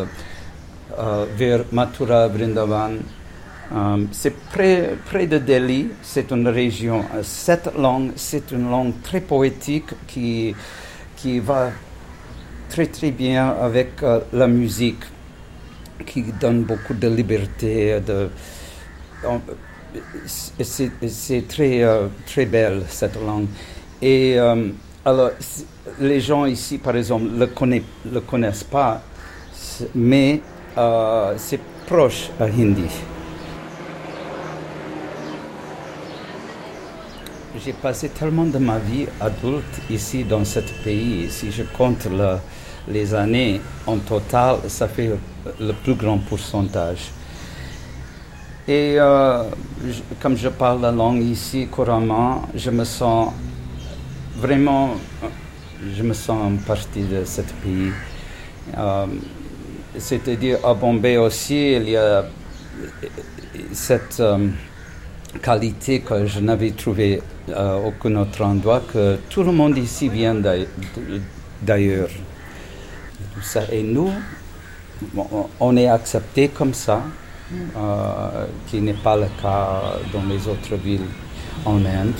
vers Mathura, Vrindavan. C'est près de Delhi, c'est une région. Cette langue, c'est une langue très poétique qui va très très bien avec la musique, qui donne beaucoup de liberté. C'est très très belle cette langue. Et alors les gens ici, par exemple, le connaissent pas, mais c'est proche à hindi. J'ai passé tellement de ma vie adulte ici dans ce pays. Si je compte les années en total, ça fait le plus grand pourcentage. Et comme je parle la langue ici couramment, je me sens en partie de ce pays. C'est-à-dire à Bombay aussi, il y a cette qualité que je n'avais trouvée à aucun autre endroit, que tout le monde ici vient d'ailleurs. Et nous, on est acceptés comme ça, qui n'est pas le cas dans les autres villes en Inde.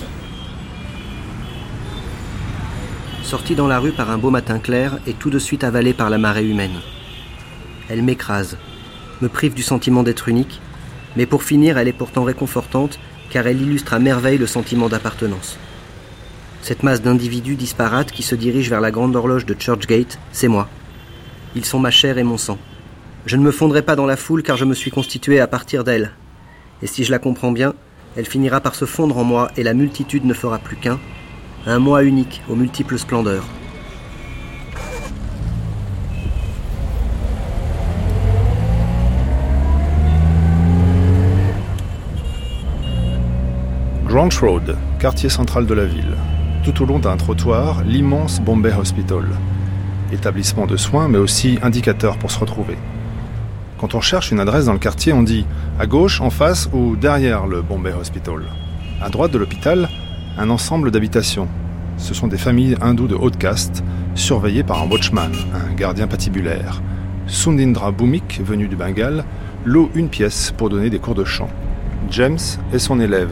Sortie dans la rue par un beau matin clair et tout de suite avalée par la marée humaine. Elle m'écrase, me prive du sentiment d'être unique, mais pour finir, elle est pourtant réconfortante car elle illustre à merveille le sentiment d'appartenance. Cette masse d'individus disparates qui se dirigent vers la grande horloge de Churchgate, c'est moi. Ils sont ma chair et mon sang. Je ne me fondrai pas dans la foule car je me suis constitué à partir d'elle. Et si je la comprends bien, elle finira par se fondre en moi et la multitude ne fera plus qu'un, un moi unique aux multiples splendeurs. Branch Road, quartier central de la ville. Tout au long d'un trottoir, l'immense Bombay Hospital. Établissement de soins, mais aussi indicateur pour se retrouver. Quand on cherche une adresse dans le quartier, on dit à gauche, en face ou derrière le Bombay Hospital. À droite de l'hôpital, un ensemble d'habitations. Ce sont des familles hindoues de haute caste, surveillées par un watchman, un gardien patibulaire. Sundindra Bhumik, venu du Bengale, loue une pièce pour donner des cours de chant. James est son élève.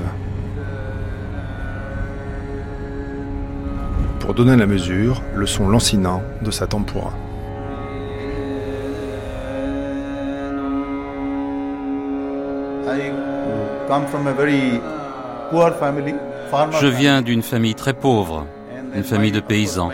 Pour donner la mesure, le son lancinant de sa tempura. Je viens d'une famille très pauvre. une famille de paysans.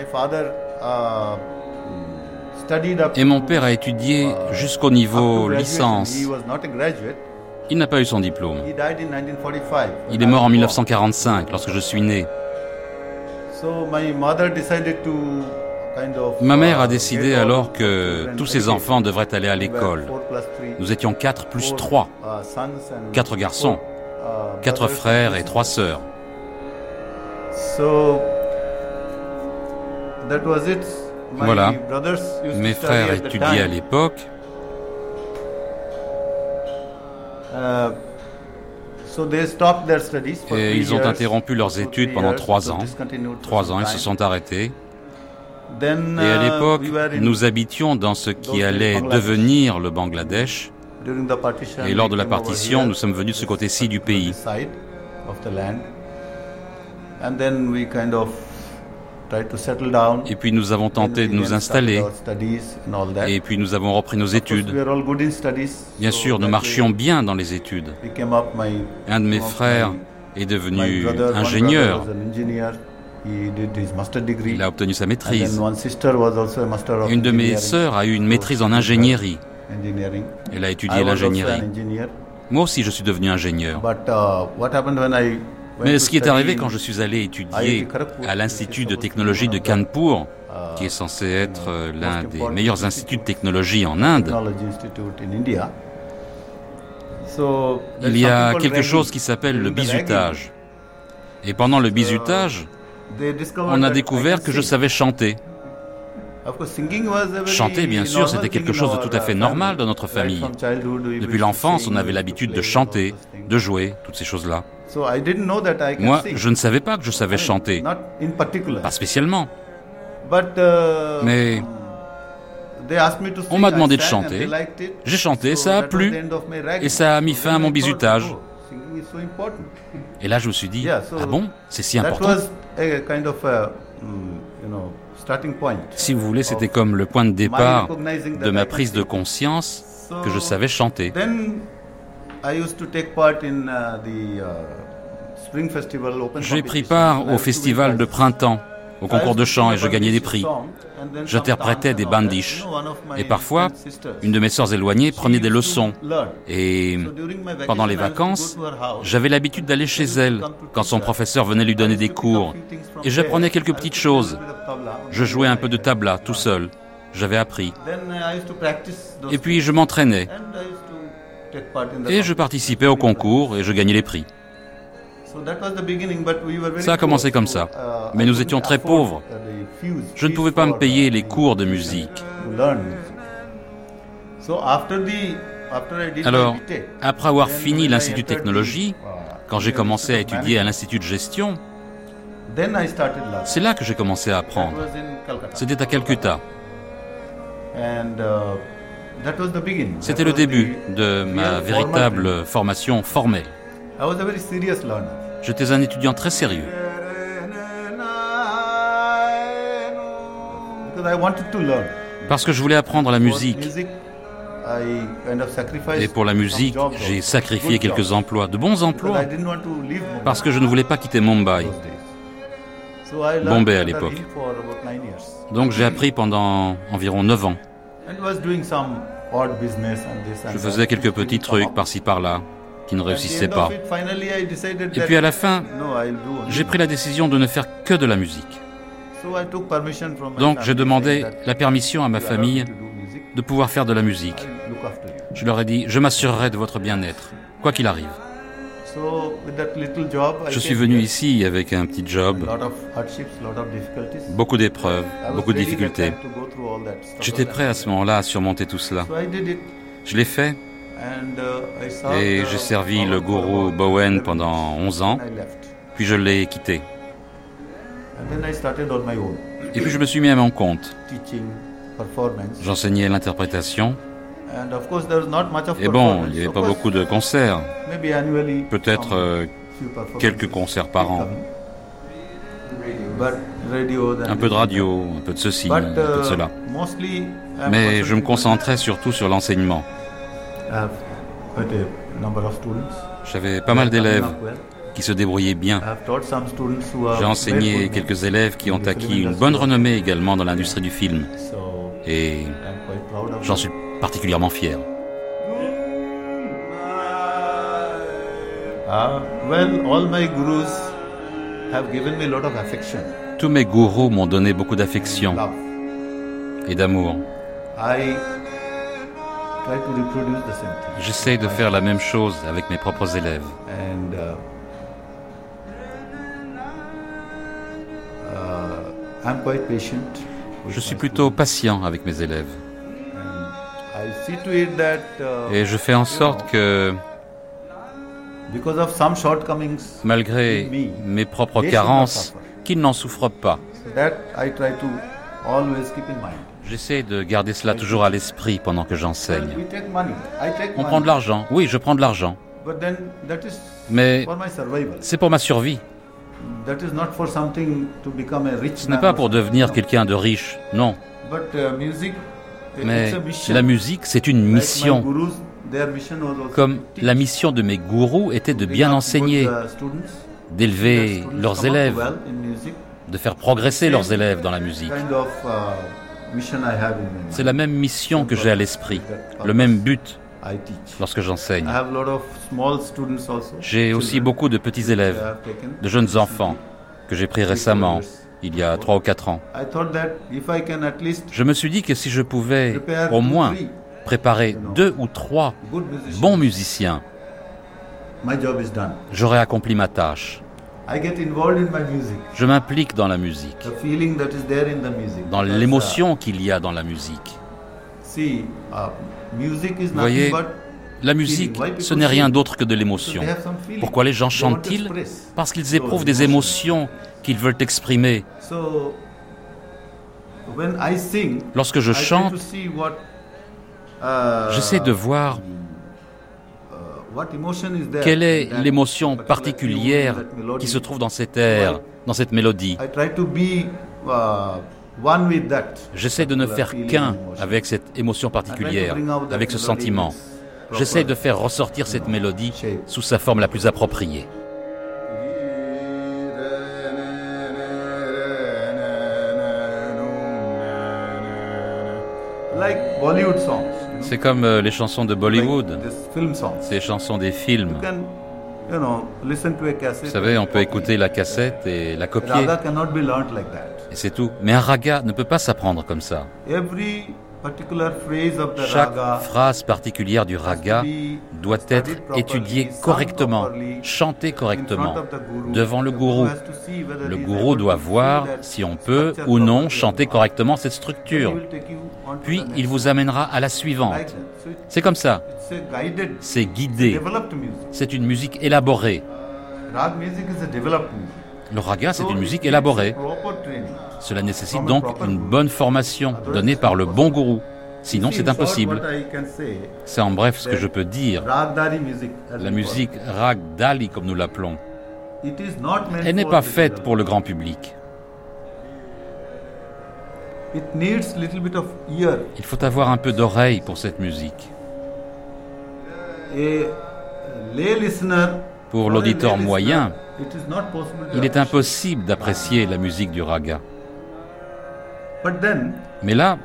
Et mon père a étudié jusqu'au niveau licence. Il n'a pas eu son diplôme. Il est mort en 1945, lorsque je suis né. Ma mère a décidé alors que tous ses enfants devraient aller à l'école. Nous étions 4 plus 3. 4 garçons, 4 frères et 3 sœurs. Voilà, mes frères étudiaient à l'époque. Et ils ont interrompu leurs études pendant 3 ans. 3 ans, ils se sont arrêtés. Et à l'époque, nous habitions dans ce qui allait devenir le Bangladesh. Et lors de la partition, nous sommes venus de ce côté-ci du pays. Et puis nous avons tenté de nous installer. Et puis nous avons repris nos études. Bien sûr, nous marchions bien dans les études. Un de mes frères est devenu ingénieur. Il a obtenu sa maîtrise. Une de mes sœurs a eu une maîtrise en ingénierie. Elle a étudié l'ingénierie. Moi aussi, je suis devenu ingénieur. Mais ce qui est arrivé quand je suis allé étudier à l'Institut de technologie de Kanpur, qui est censé être l'un des meilleurs instituts de technologie en Inde, il y a quelque chose qui s'appelle le bizutage. Et pendant le bizutage, on a découvert que je savais chanter. Chanter, bien sûr, c'était quelque chose de tout à fait normal dans notre famille. Depuis l'enfance, on avait l'habitude de chanter, de jouer, toutes ces choses-là. Moi, je ne savais pas que je savais chanter, pas spécialement. Mais on m'a demandé de chanter, j'ai chanté, ça a plu, et ça a mis fin à mon bizutage. Et là, je me suis dit, ah bon, c'est si important? Si vous voulez, c'était comme le point de départ de ma prise de conscience que je savais chanter. J'ai pris part au festival de printemps, au concours de chant, et je gagnais des prix. J'interprétais des bandish. Et parfois, une de mes sœurs éloignées prenait des leçons. Et pendant les vacances, j'avais l'habitude d'aller chez elle quand son professeur venait lui donner des cours. Et j'apprenais quelques petites choses. Je jouais un peu de tabla tout seul. J'avais appris. Et puis je m'entraînais. Et je participais au concours et je gagnais les prix. Ça a commencé comme ça. Mais nous étions très pauvres. Je ne pouvais pas me payer les cours de musique. Alors, après avoir fini l'Institut de technologie, quand j'ai commencé à étudier à l'Institut de gestion, c'est là que j'ai commencé à apprendre. C'était à Calcutta. C'était le début de ma véritable formation formelle. J'étais un étudiant très sérieux. Parce que je voulais apprendre la musique. Et pour la musique, j'ai sacrifié quelques emplois, de bons emplois, parce que je ne voulais pas quitter Mumbai. Bombay à l'époque. Donc j'ai appris pendant environ 9 ans. Je faisais quelques petits trucs par-ci par-là qui ne réussissaient pas. Et puis à la fin, j'ai pris la décision de ne faire que de la musique. Donc j'ai demandé la permission à ma famille de pouvoir faire de la musique. Je leur ai dit, je m'assurerai de votre bien-être, quoi qu'il arrive. Je suis venu ici avec un petit job, beaucoup d'épreuves, beaucoup de difficultés. J'étais prêt à ce moment-là à surmonter tout cela. Je l'ai fait et j'ai servi le gourou Bowen pendant 11 ans, puis je l'ai quitté. Et puis je me suis mis à mon compte. J'enseignais l'interprétation. Et bon, il n'y avait pas beaucoup de concerts. Peut-être quelques concerts par an. Un peu de radio, un peu de ceci, un peu de cela. Mais je me concentrais surtout sur l'enseignement. J'avais pas mal d'élèves. qui se débrouillaient bien. J'ai enseigné quelques élèves qui ont acquis une bonne renommée également dans l'industrie du film. Et j'en suis particulièrement fier. Tous mes gourous m'ont donné beaucoup d'affection et d'amour. J'essaie de faire la même chose avec mes propres élèves. Je suis plutôt patient avec mes élèves. Et je fais en sorte que, malgré mes propres carences, qu'ils n'en souffrent pas. J'essaie de garder cela toujours à l'esprit pendant que j'enseigne. On prend de l'argent. Oui, je prends de l'argent. Mais c'est pour ma survie. Ce n'est pas pour devenir quelqu'un de riche, non. Mais la musique, c'est une mission. Comme la mission de mes gourous était de bien enseigner, d'élever leurs élèves, de faire progresser leurs élèves dans la musique. C'est la même mission que j'ai à l'esprit, le même but lorsque j'enseigne. J'ai aussi beaucoup de petits élèves, de jeunes enfants que j'ai pris récemment, il y a 3 ou 4 ans. Je me suis dit que si je pouvais au moins préparer 2 ou 3 bons musiciens, j'aurais accompli ma tâche. Je m'implique dans la musique, dans l'émotion qu'il y a dans la musique. Vous voyez, la musique, ce n'est rien d'autre que de l'émotion. Pourquoi les gens chantent-ils? Parce qu'ils éprouvent des émotions qu'ils veulent exprimer. Lorsque je chante, j'essaie de voir quelle est l'émotion particulière qui se trouve dans cet air, dans cette mélodie. J'essaie de ne faire qu'un avec cette émotion particulière, avec ce sentiment. J'essaie de faire ressortir cette mélodie sous sa forme la plus appropriée. C'est comme les chansons de Bollywood, ces chansons des films. Vous savez, on peut écouter la cassette et la copier. Et c'est tout. Mais un raga ne peut pas s'apprendre comme ça. Chaque phrase particulière du raga doit être étudiée correctement, chantée correctement, devant le gourou. Le gourou doit voir si on peut ou non chanter correctement cette structure. Puis il vous amènera à la suivante. C'est comme ça. C'est guidé. C'est une musique élaborée. Le raga, c'est une musique élaborée. Cela nécessite donc une bonne formation donnée par le bon gourou. Sinon, c'est impossible. C'est en bref ce que je peux dire. La musique ragdali, comme nous l'appelons, elle n'est pas faite pour le grand public. Il faut avoir un peu d'oreille pour cette musique. Pour l'auditeur moyen, il est impossible d'apprécier la musique du raga. Mais là,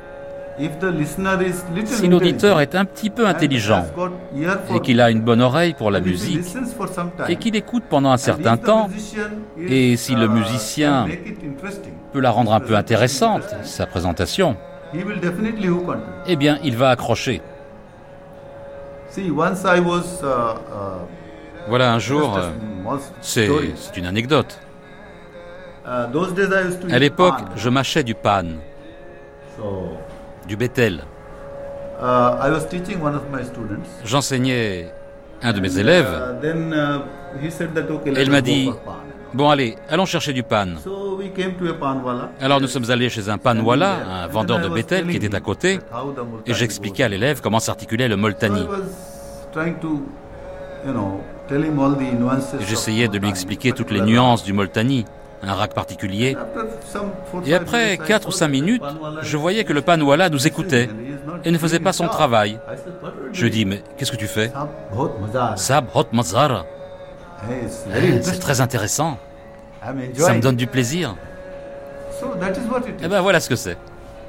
si l'auditeur est un petit peu intelligent et qu'il a une bonne oreille pour la musique et qu'il écoute pendant un certain temps, et si le musicien peut la rendre un peu intéressante, sa présentation, eh bien, il va accrocher. Voilà, un jour, c'est une anecdote. À l'époque, je mâchais du pan, du bétel. J'enseignais un de mes élèves et il m'a dit « Bon allez, allons chercher du pan ». Alors nous sommes allés chez un panwala, un vendeur de bétel qui était à côté, et j'expliquais à l'élève comment s'articulait le moltani. J'essayais de lui expliquer toutes les nuances du moltani, un rag particulier. Et après 4 ou 5 minutes, je voyais que le panwala nous écoutait et ne faisait pas son travail. Je lui dis, mais qu'est-ce que tu fais? Sab hot mazara. C'est très intéressant. Ça me donne du plaisir. Et ben voilà ce que c'est.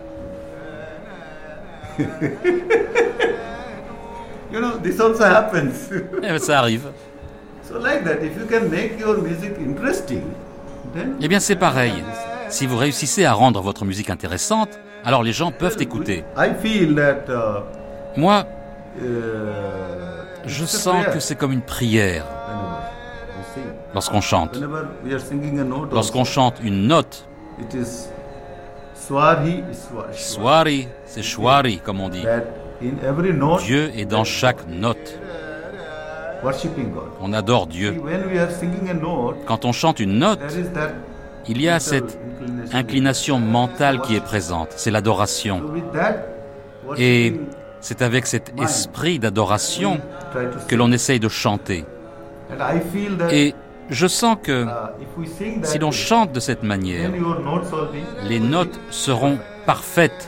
This also happens. Et ben ça arrive. So like that, if you can make your music interesting, then... Eh bien c'est pareil. Si vous réussissez à rendre votre musique intéressante, alors les gens peuvent écouter. I feel that, moi, je sens que c'est comme une prière lorsqu'on chante. Lorsqu'on chante une note, Swari, c'est Shwari comme on dit. Dieu est dans chaque note. On adore Dieu. Quand on chante une note, il y a cette inclination mentale qui est présente. C'est l'adoration. Et c'est avec cet esprit d'adoration que l'on essaye de chanter. Et je sens que si l'on chante de cette manière, les notes seront parfaites.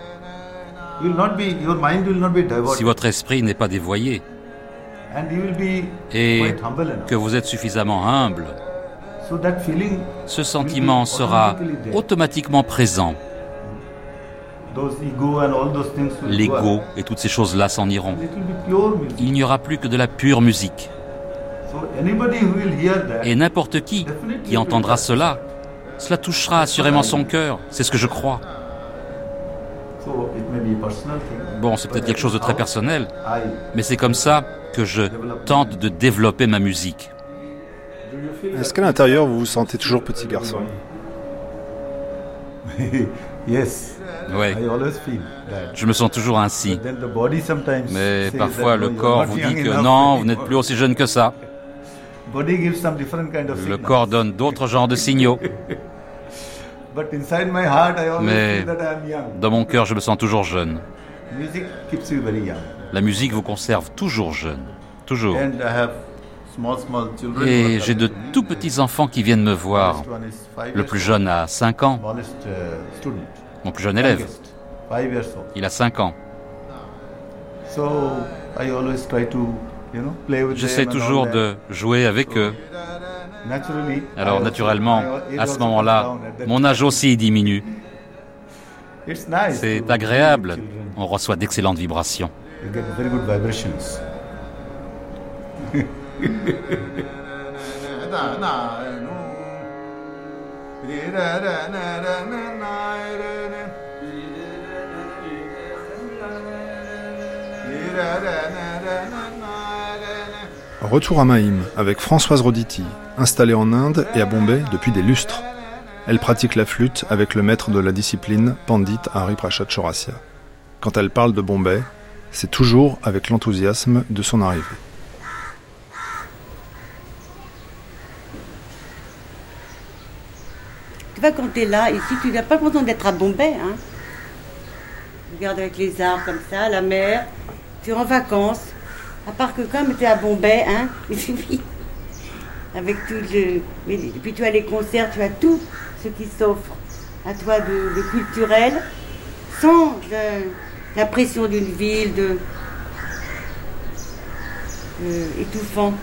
Si votre esprit n'est pas dévoyé et que vous êtes suffisamment humble, ce sentiment sera automatiquement présent. L'ego et toutes ces choses-là s'en iront. Il n'y aura plus que de la pure musique. Et n'importe qui entendra cela, cela touchera assurément son cœur. C'est ce que je crois. Bon, c'est peut-être quelque chose de très personnel, mais c'est comme ça que je tente de développer ma musique. Est-ce qu'à l'intérieur, vous vous sentez toujours petit garçon? Oui, je me sens toujours ainsi. Mais parfois, le corps vous dit que non, vous n'êtes plus aussi jeune que ça. Le corps donne d'autres genres de signaux. Mais dans mon cœur, je me sens toujours jeune. La musique vous conserve toujours jeune. Toujours. Et j'ai de tout petits enfants qui viennent me voir. Le plus jeune a 5 ans. Mon plus jeune élève. Il a 5 ans. J'essaie toujours de jouer avec eux. Alors naturellement, à ce moment-là, mon âge aussi diminue. C'est agréable. On reçoit d'excellentes vibrations. Retour à Mahim avec Françoise Roditi, installée en Inde et à Bombay depuis des lustres. Elle pratique la flûte avec le maître de la discipline, Pandit Hari Prasad Chaurasia. Quand elle parle de Bombay, c'est toujours avec l'enthousiasme de son arrivée. Tu vois, quand tu es là, ici, tu n'as pas besoin d'être à Bombay. Hein. Regarde avec les arbres comme ça, la mer, tu es en vacances. À part que comme tu es à Bombay, hein, il suffit. Avec tout le... Et puis tu as les concerts, tu as tout ce qui s'offre à toi de culturel, sans la pression d'une ville, étouffant.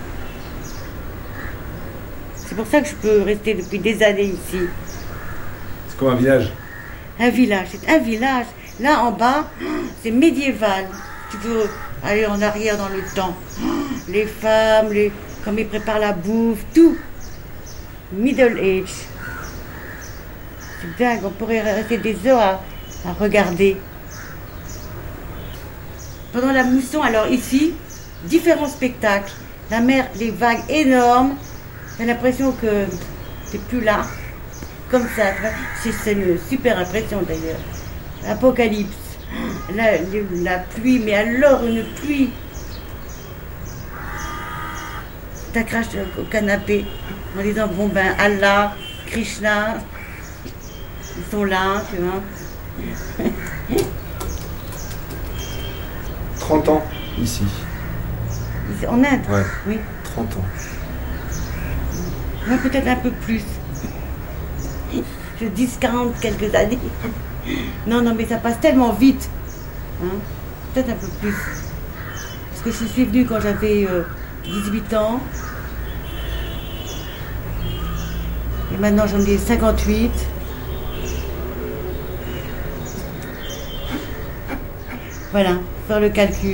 C'est pour ça que je peux rester depuis des années ici. C'est comme un village. Un village, c'est un village. Là en bas, c'est médiéval. Tu peux aller en arrière dans le temps. Les femmes, comme ils préparent la bouffe, tout. Middle age. C'est dingue, on pourrait rester des heures à regarder. Pendant la mousson, alors ici, différents spectacles. La mer, les vagues énormes. J'ai l'impression que t'es plus là. Comme ça. C'est une super impression d'ailleurs. L'apocalypse. La pluie, mais alors une pluie. T'accroches au canapé en disant bon ben Allah, Krishna, ils sont là, tu vois. 30 ans ici. En Inde? Ouais. Oui. 30 ans. Ouais, peut-être un peu plus. Je dis 40 quelques années. Non, mais ça passe tellement vite. Hein? Peut-être un peu plus. Parce que je suis venue quand j'avais 18 ans. maintenant j'en ai 58. Voilà, faire le calcul.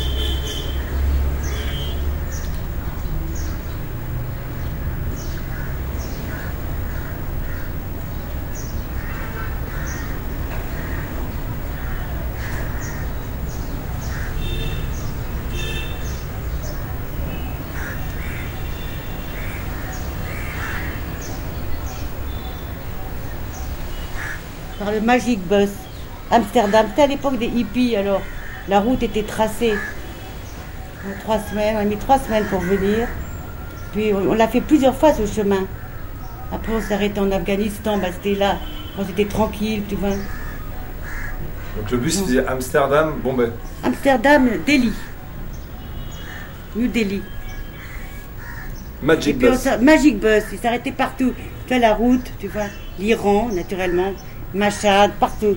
Par le Magic Bus. Amsterdam, c'était à l'époque des hippies, alors la route était tracée en 3 semaines, on a mis 3 semaines pour venir. Puis on l'a fait plusieurs fois ce chemin. Après on s'est arrêté en Afghanistan, bah, c'était là, quand c'était tranquille, tu vois. Donc le bus faisait Amsterdam, Bombay. Amsterdam, Delhi. New Delhi. Magic Bus. Magic Bus, il s'arrêtait partout. Tu as la route, tu vois, l'Iran, naturellement, Mashhad, partout.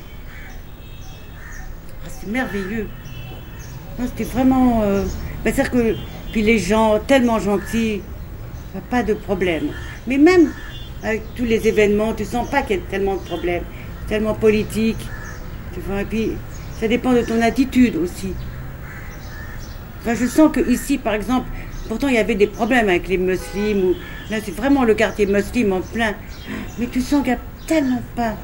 C'est merveilleux. Non, c'était vraiment... c'est-à-dire que puis les gens, tellement gentils, pas de problème. Mais même avec tous les événements, tu sens pas qu'il y a tellement de problèmes. Tellement politique. Tu vois, et puis ça dépend de ton attitude aussi. Enfin, je sens qu'ici, par exemple, pourtant il y avait des problèmes avec les musulmans. Là, c'est vraiment le quartier musulman en plein. Mais tu sens qu'il n'y a tellement pas...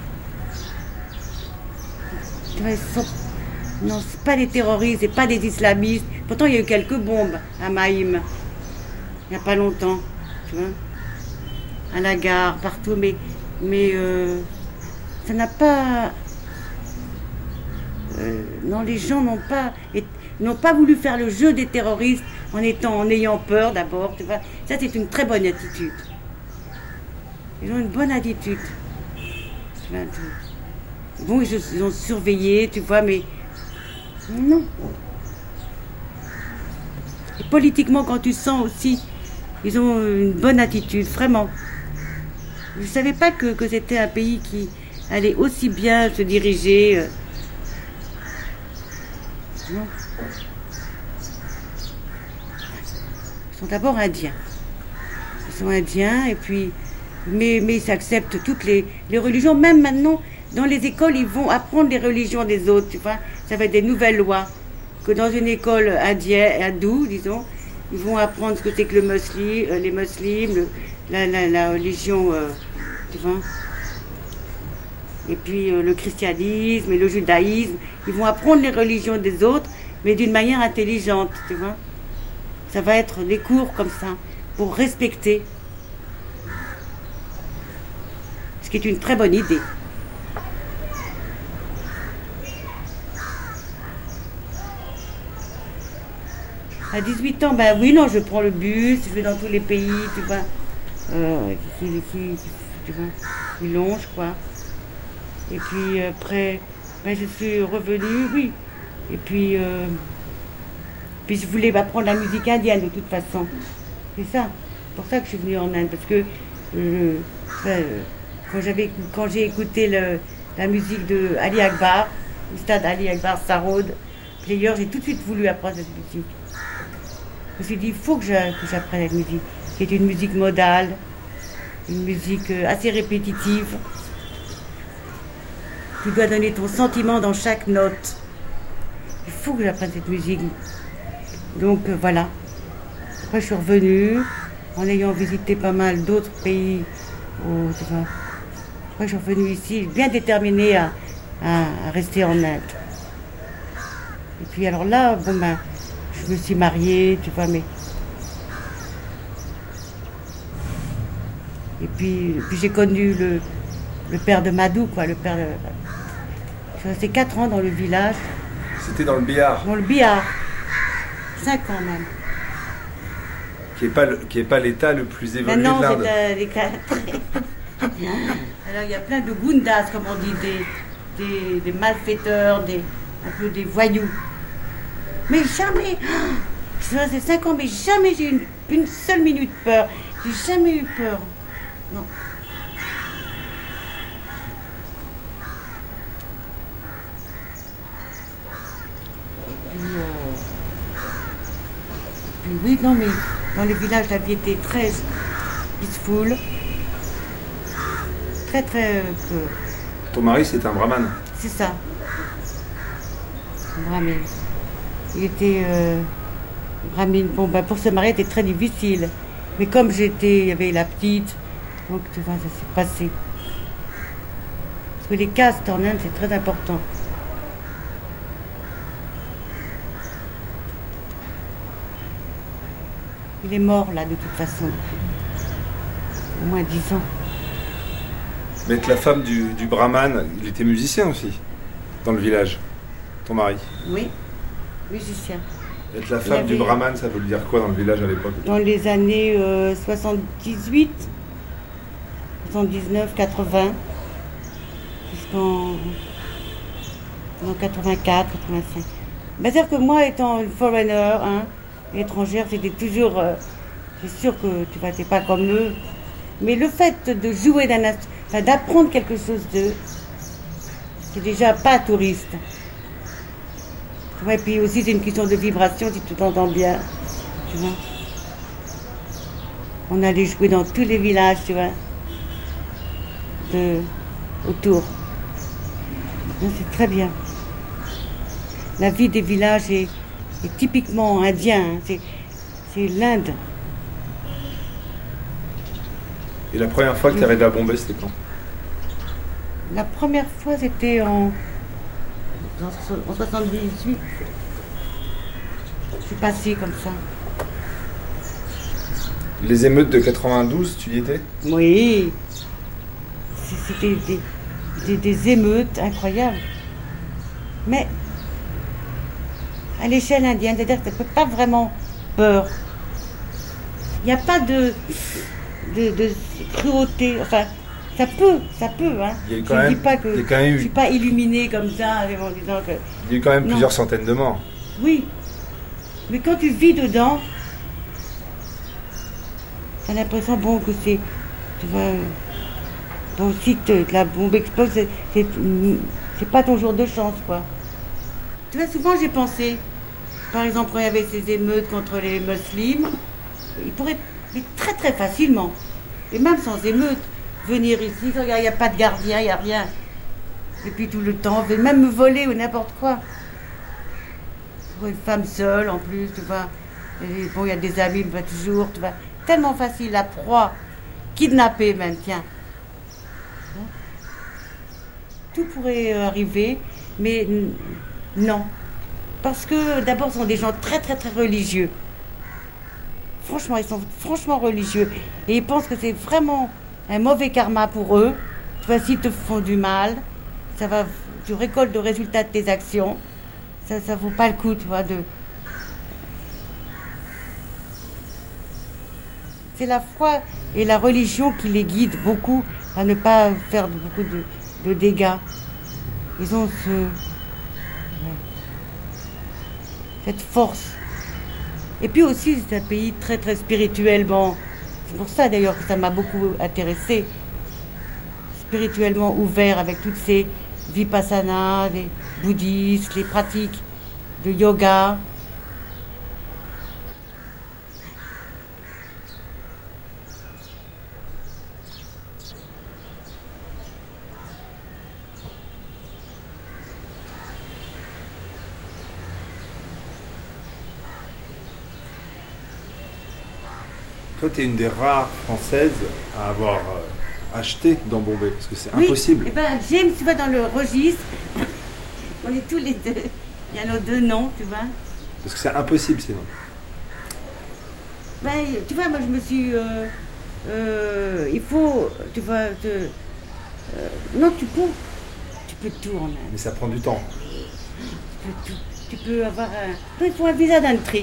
Tu vois, non, c'est pas des terroristes, c'est pas des islamistes. Pourtant, il y a eu quelques bombes à Maïm, il n'y a pas longtemps, tu vois, à la gare, partout, mais ça n'a pas... non, les gens n'ont pas voulu faire le jeu des terroristes en ayant peur d'abord, tu vois. Ça, c'est une très bonne attitude. Ils ont une bonne attitude. Bon, ils ont surveillé, tu vois, mais... Non. Et politiquement, quand tu sens aussi, ils ont une bonne attitude, vraiment. Je ne savais pas que c'était un pays qui allait aussi bien se diriger. Non. Ils sont d'abord indiens. Ils sont indiens, et puis, mais ils acceptent toutes les religions. Même maintenant, dans les écoles, ils vont apprendre les religions des autres, tu vois. Ça va être des nouvelles lois. Que dans une école hindoue, disons, ils vont apprendre ce que c'est que les musulmans, la religion, tu vois. Et puis le christianisme et le judaïsme. Ils vont apprendre les religions des autres, mais d'une manière intelligente, tu vois. Ça va être des cours comme ça, pour respecter. Ce qui est une très bonne idée. À 18 ans, ben oui, non, je prends le bus, je vais dans tous les pays, tu vois, qui longent, quoi. Et puis après, ben, je suis revenue, oui. Et puis je voulais apprendre la musique indienne de toute façon. C'est ça. C'est pour ça que je suis venue en Inde, parce que quand j'ai écouté la musique de Ali Akbar, le stade Ali Akbar Sarod, player, j'ai tout de suite voulu apprendre cette musique. Je me suis dit, il faut que j'apprenne la musique, qui est une musique modale, une musique assez répétitive. Tu dois donner ton sentiment dans chaque note. Il faut que j'apprenne cette musique. Donc voilà. Après, je suis revenue, en ayant visité pas mal d'autres pays. Après, je suis revenue ici, bien déterminée à rester en Inde. Et puis alors là, bon ben... Je me suis mariée, tu vois, mais... Et puis j'ai connu le père de Madou, quoi, le père de... Je suis restée 4 ans dans le village. C'était dans le Bihar. Dans le Bihar. 5 ans même. Qui est pas l'état le plus évolué de l'Inde. Non, c'est l'état... Alors il y a plein de gundas, comme on dit, des malfaiteurs, un peu des voyous. Mais jamais, je suis restée 5 ans, mais jamais j'ai eu une seule minute peur. J'ai jamais eu peur. Non. Puis oui, non, mais dans le village, la vie était très peaceful. très très peu. Ton mari, c'est un brahman? C'est ça. Un brahmin. Il était brahmin. Bon, ben, pour se marier, c'était très difficile. Mais comme il y avait la petite, donc tu vois, ça s'est passé. Parce que les castes en Inde, c'est très important. Il est mort là, de toute façon. Au moins 10 ans. Mais la femme du brahman, il était musicien aussi, dans le village, ton mari? Oui, musicien. Être la femme du brahman, ça veut dire quoi dans le village à l'époque? Dans les années 78, 79, 80, jusqu'en 84, 85. Ben, c'est-à-dire que moi, étant une foreigner, étrangère, c'était toujours... c'est sûr que tu n'es pas comme eux. Mais le fait de jouer d'apprendre quelque chose d'eux, c'est déjà pas touriste. Et puis aussi, c'est une question de vibration, si tu t'entends bien. Tu vois. On allait jouer dans tous les villages, tu vois, autour. Donc, c'est très bien. La vie des villages est typiquement indien. C'est l'Inde. Et la première fois que tu es arrivé à Bombay, c'était quand? La première fois, c'était en 78. Je suis passée comme ça. Les émeutes de 92, tu y étais? Oui. C'était des émeutes incroyables. Mais à l'échelle indienne, c'est-à-dire que tu ne fais pas vraiment peur. Il n'y a pas de cruauté. Enfin, ça peut, hein. Je ne dis pas que je ne suis pas illuminée comme ça en disant que... Il y a eu quand même plusieurs centaines de morts. Oui. Mais quand tu vis dedans, tu as l'impression, que c'est... Tu vois... Bon, si la bombe explose, c'est pas ton jour de chance, quoi. Tu vois, souvent j'ai pensé, par exemple, quand il y avait ces émeutes contre les musulmans, ils pourraient très très facilement, et même sans émeute, venir ici, il n'y a pas de gardien, il n'y a rien. Et puis tout le temps, même me voler ou n'importe quoi. Pour une femme seule en plus, tu vois. Et bon, il y a des amis, mais pas toujours, tu vois. Tellement facile, la proie, kidnapper même, tiens. Tout pourrait arriver, mais non. Parce que d'abord, ce sont des gens très très très religieux. Franchement, ils sont franchement religieux. Et ils pensent que c'est vraiment un mauvais karma pour eux. Tu vois, s'ils te font du mal, tu récoltes le résultat de tes actions. Ça ne vaut pas le coup, tu vois, C'est la foi et la religion qui les guident beaucoup à ne pas faire beaucoup de dégâts. Ils ont cette force. Et puis aussi, c'est un pays très très spirituellement. C'est pour ça d'ailleurs que ça m'a beaucoup intéressée. Spirituellement ouvert avec toutes ces vipassanas, les bouddhistes, les pratiques de yoga. Toi, tu es une des rares Françaises à avoir acheté dans Bombay, parce que c'est impossible. Eh ben, James, tu vois, dans le registre, on est tous les deux. Il y a nos deux noms, tu vois. Parce que c'est impossible, sinon. Ben, tu vois, moi, je me suis... il faut, tu vois... non, tu peux tout en Inde. Mais ça prend du temps. Tu peux avoir un... Il faut un visa d'entrée.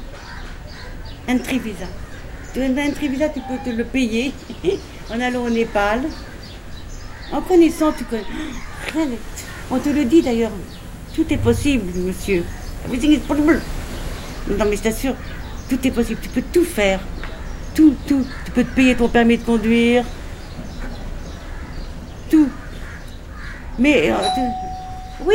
Entry visa. Tu as un entry visa, tu peux te le payer en allant au Népal. En connaissant, tu connais... On te le dit d'ailleurs. Tout est possible, monsieur. Everything is possible. Non, mais je t'assure, tout est possible. Tu peux tout faire. Tout. Tu peux te payer ton permis de conduire. Tout. Mais... Oui.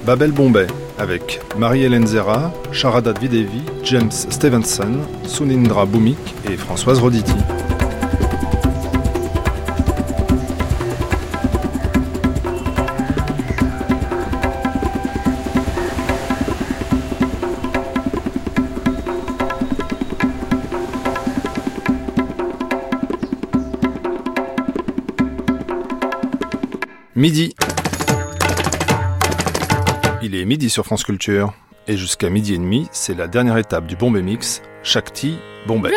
Babel Bombay, avec Marie-Hélène Zera, Sharada Videvi, James Stevenson, Sunindra Bhumik et Françoise Roditi. Midi. Il est midi sur France Culture. Et jusqu'à midi et demi, c'est la dernière étape du Bombay Mix, Shakti Bombay.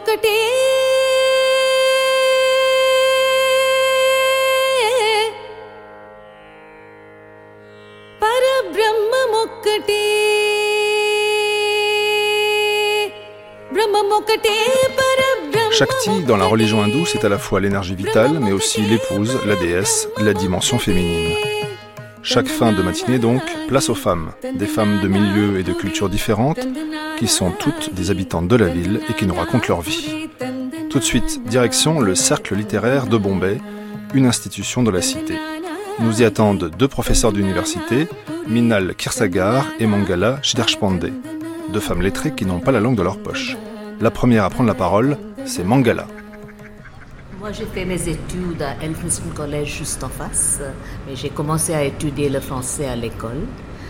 Shakti, dans la religion hindoue, c'est à la fois l'énergie vitale, mais aussi l'épouse, la déesse, la dimension féminine. Chaque fin de matinée donc, place aux femmes, des femmes de milieux et de cultures différentes, qui sont toutes des habitantes de la ville et qui nous racontent leur vie. Tout de suite, direction le Cercle littéraire de Bombay, une institution de la cité. Nous y attendent 2 professeurs d'université, Minal Kirsagar et Mangala Shidharshpande, 2 femmes lettrées qui n'ont pas la langue de leur poche. La première à prendre la parole, c'est Mangala. Moi, j'ai fait mes études à Elphinstone College juste en face, mais j'ai commencé à étudier le français à l'école.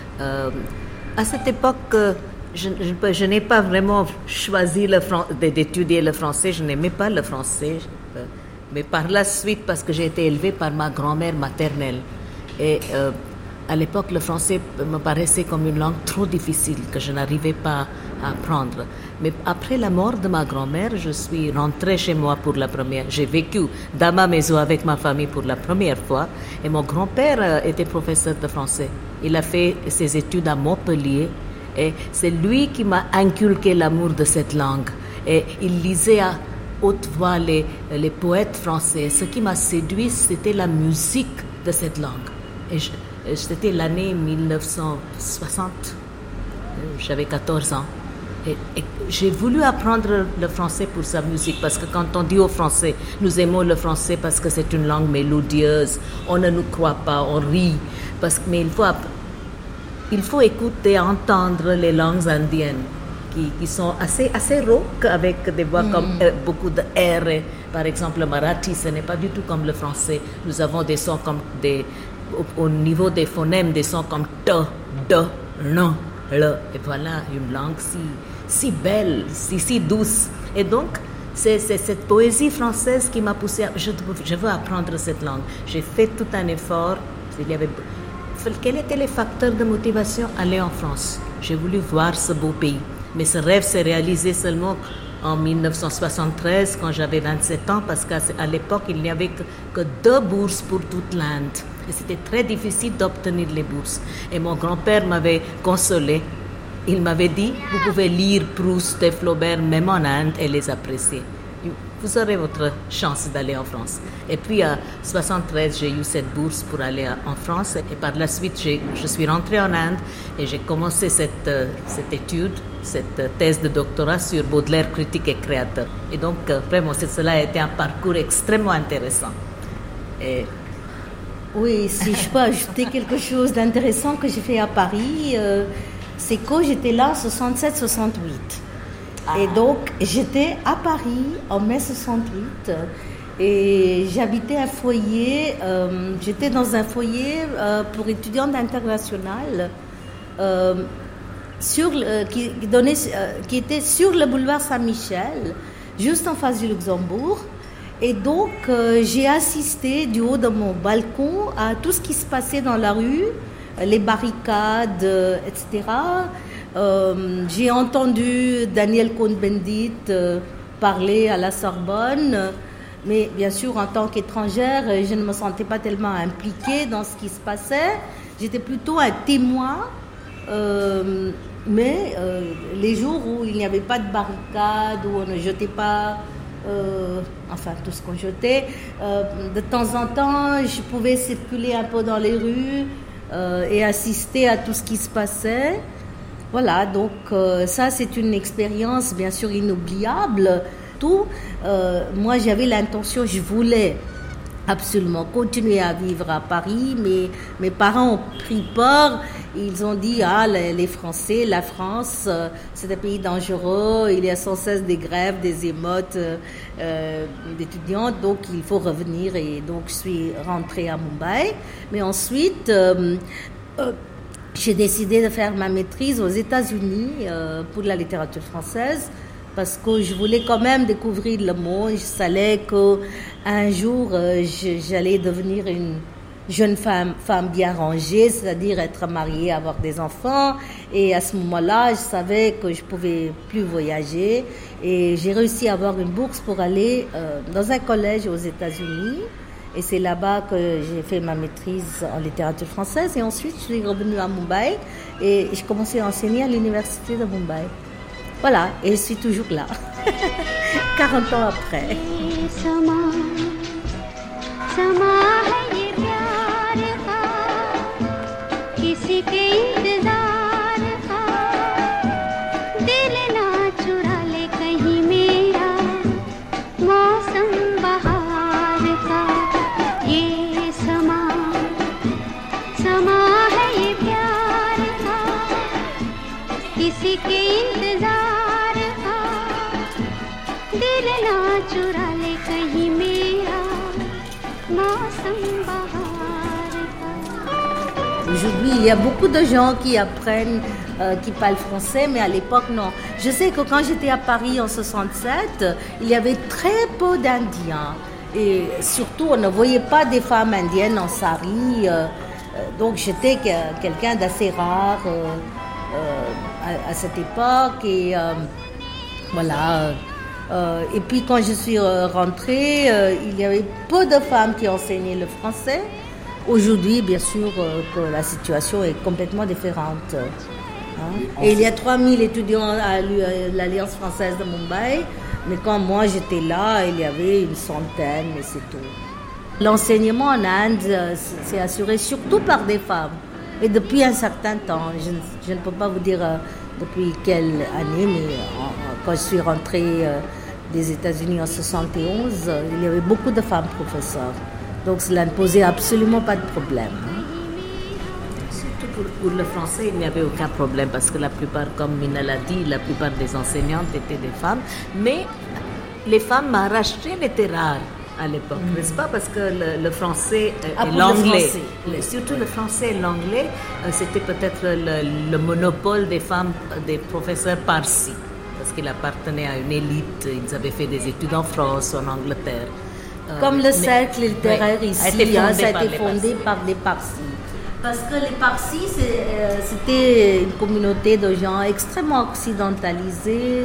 À cette époque, je n'ai pas vraiment choisi d'étudier le français, je n'aimais pas le français, mais par la suite, parce que j'ai été élevée par ma grand-mère maternelle. Et à l'époque, le français me paraissait comme une langue trop difficile que je n'arrivais pas à apprendre. Mais après la mort de ma grand-mère, je suis rentrée chez moi pour la première. J'ai vécu dans ma maison avec ma famille pour la première fois. Et mon grand-père était professeur de français. Il a fait ses études à Montpellier. Et c'est lui qui m'a inculqué l'amour de cette langue. Et il lisait à haute voix les poètes français. Ce qui m'a séduit, c'était la musique de cette langue. Et c'était l'année 1960. J'avais 14 ans. Et j'ai voulu apprendre le français pour sa musique, parce que quand on dit au français, nous aimons le français parce que c'est une langue mélodieuse, on ne nous croit pas, on rit, mais il faut écouter, entendre les langues indiennes qui sont assez rauques, avec des voix comme beaucoup de R. Par exemple, le marathi, ce n'est pas du tout comme le français. Nous avons des sons comme au niveau des phonèmes, des sons comme t, d, n, l. Et voilà une langue si belle, si douce. Et donc, c'est cette poésie française qui m'a poussée je veux apprendre cette langue. J'ai fait tout un effort. Quels étaient les facteurs de motivation? Aller en France. J'ai voulu voir ce beau pays. Mais ce rêve s'est réalisé seulement en 1973, quand j'avais 27 ans, parce qu'à l'époque, il n'y avait que 2 bourses pour toute l'Inde. Et c'était très difficile d'obtenir les bourses. Et mon grand-père m'avait consolé. Il m'avait dit, vous pouvez lire Proust et Flaubert même en Inde et les apprécier. Vous aurez votre chance d'aller en France. Et puis, à 73, j'ai eu cette bourse pour aller en France. Et par la suite, je suis rentrée en Inde et j'ai commencé cette étude, cette thèse de doctorat sur Baudelaire, critique et créateur. Et donc, vraiment, cela a été un parcours extrêmement intéressant. Et oui, si je peux ajouter quelque chose d'intéressant que j'ai fait à Paris, c'est que j'étais là en 67-68. Et donc, j'étais à Paris en mai 68 et j'habitais un foyer, j'étais dans un foyer pour étudiantes internationales qui était sur le boulevard Saint-Michel, juste en face du Luxembourg. Et donc, j'ai assisté du haut de mon balcon à tout ce qui se passait dans la rue, les barricades, etc. J'ai entendu Daniel Cohn-Bendit parler à la Sorbonne, mais bien sûr, en tant qu'étrangère, je ne me sentais pas tellement impliquée dans ce qui se passait. J'étais plutôt un témoin, mais les jours où il n'y avait pas de barricades, où on ne jetait pas... tout ce qu'on jetait. De temps en temps, je pouvais circuler un peu dans les rues et assister à tout ce qui se passait. Voilà, donc ça, c'est une expérience bien sûr inoubliable. Moi, j'avais l'intention, je voulais absolument continuer à vivre à Paris, mais mes parents ont pris peur. Ils ont dit, les Français, la France, c'est un pays dangereux, il y a sans cesse des grèves, des émeutes d'étudiants, donc il faut revenir. Et donc je suis rentrée à Mumbai. Mais ensuite, j'ai décidé de faire ma maîtrise aux États-Unis pour la littérature française, parce que je voulais quand même découvrir le monde. Je savais qu'un jour, j'allais devenir une jeune femme bien rangée, c'est-à-dire être mariée, avoir des enfants. Et à ce moment-là, je savais que je ne pouvais plus voyager. Et j'ai réussi à avoir une bourse pour aller dans un collège aux États-Unis. Et c'est là-bas que j'ai fait ma maîtrise en littérature française. Et ensuite, je suis revenue à Mumbai et j'ai commencé à enseigner à l'université de Mumbai. Voilà, et je suis toujours là, 40 ans après. Aujourd'hui, il y a beaucoup de gens qui apprennent, qui parlent français, mais à l'époque, non. Je sais que quand j'étais à Paris en 67, il y avait très peu d'Indiens. Et surtout, on ne voyait pas des femmes indiennes en sari. Donc, j'étais quelqu'un d'assez rare à cette époque. Et voilà. Et puis, quand je suis rentrée, il y avait peu de femmes qui enseignaient le français. Aujourd'hui, bien sûr, que la situation est complètement différente. Et il y a 3000 étudiants à l'Alliance française de Mumbai, mais quand moi j'étais là, il y avait une centaine, et c'est tout. L'enseignement en Inde, c'est assuré surtout par des femmes. Et depuis un certain temps, je ne peux pas vous dire depuis quelle année, mais quand je suis rentrée des États-Unis en 71, il y avait beaucoup de femmes professeurs. Donc cela ne posait absolument pas de problème. Surtout pour le français, il n'y avait aucun problème parce que la plupart, comme Mina l'a dit, la plupart des enseignantes étaient des femmes. Mais les femmes maharashtriennes étaient rares à l'époque, n'est-ce pas? Parce que le français et l'anglais, surtout le français et l'anglais, c'était peut-être le monopole des femmes, des professeurs parsis, parce qu'ils appartenaient à une élite. Ils avaient fait des études en France, en Angleterre. Comme le cercle littéraire ici, ça a été fondé par des Parsis. Parce que les Parsis, c'était une communauté de gens extrêmement occidentalisés,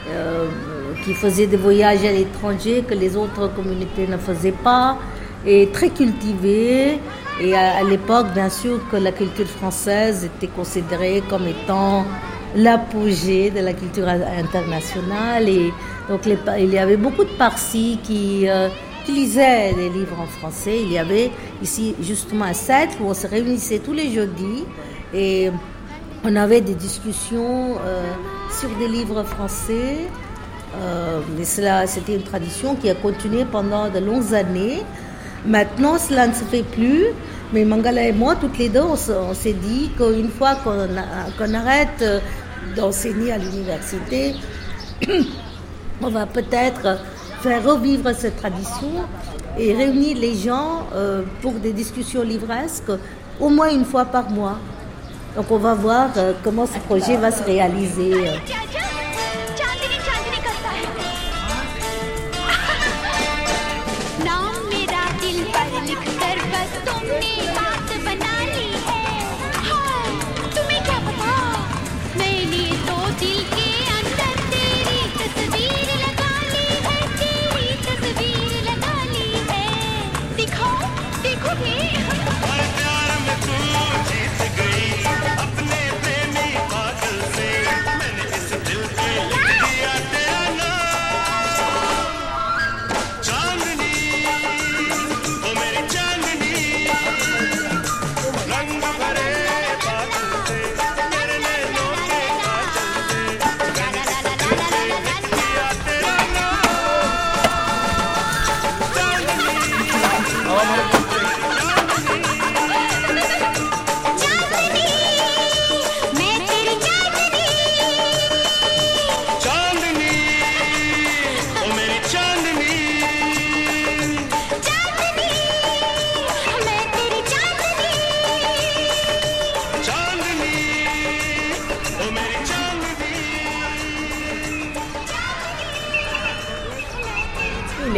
qui faisaient des voyages à l'étranger que les autres communautés ne faisaient pas, et très cultivés. Et à l'époque, bien sûr, que la culture française était considérée comme étant l'apogée de la culture internationale. Et donc, il y avait beaucoup de Parsis qui lisaient des livres en français. Il y avait ici justement un cercle où on se réunissait tous les jeudis et on avait des discussions sur des livres français. Et cela, c'était une tradition qui a continué pendant de longues années. Maintenant, cela ne se fait plus. Mais Mangala et moi, toutes les deux, on s'est dit qu'une fois qu'on arrête d'enseigner à l'université, on va peut-être faire revivre cette tradition et réunir les gens pour des discussions livresques au moins une fois par mois. Donc on va voir comment ce projet va se réaliser.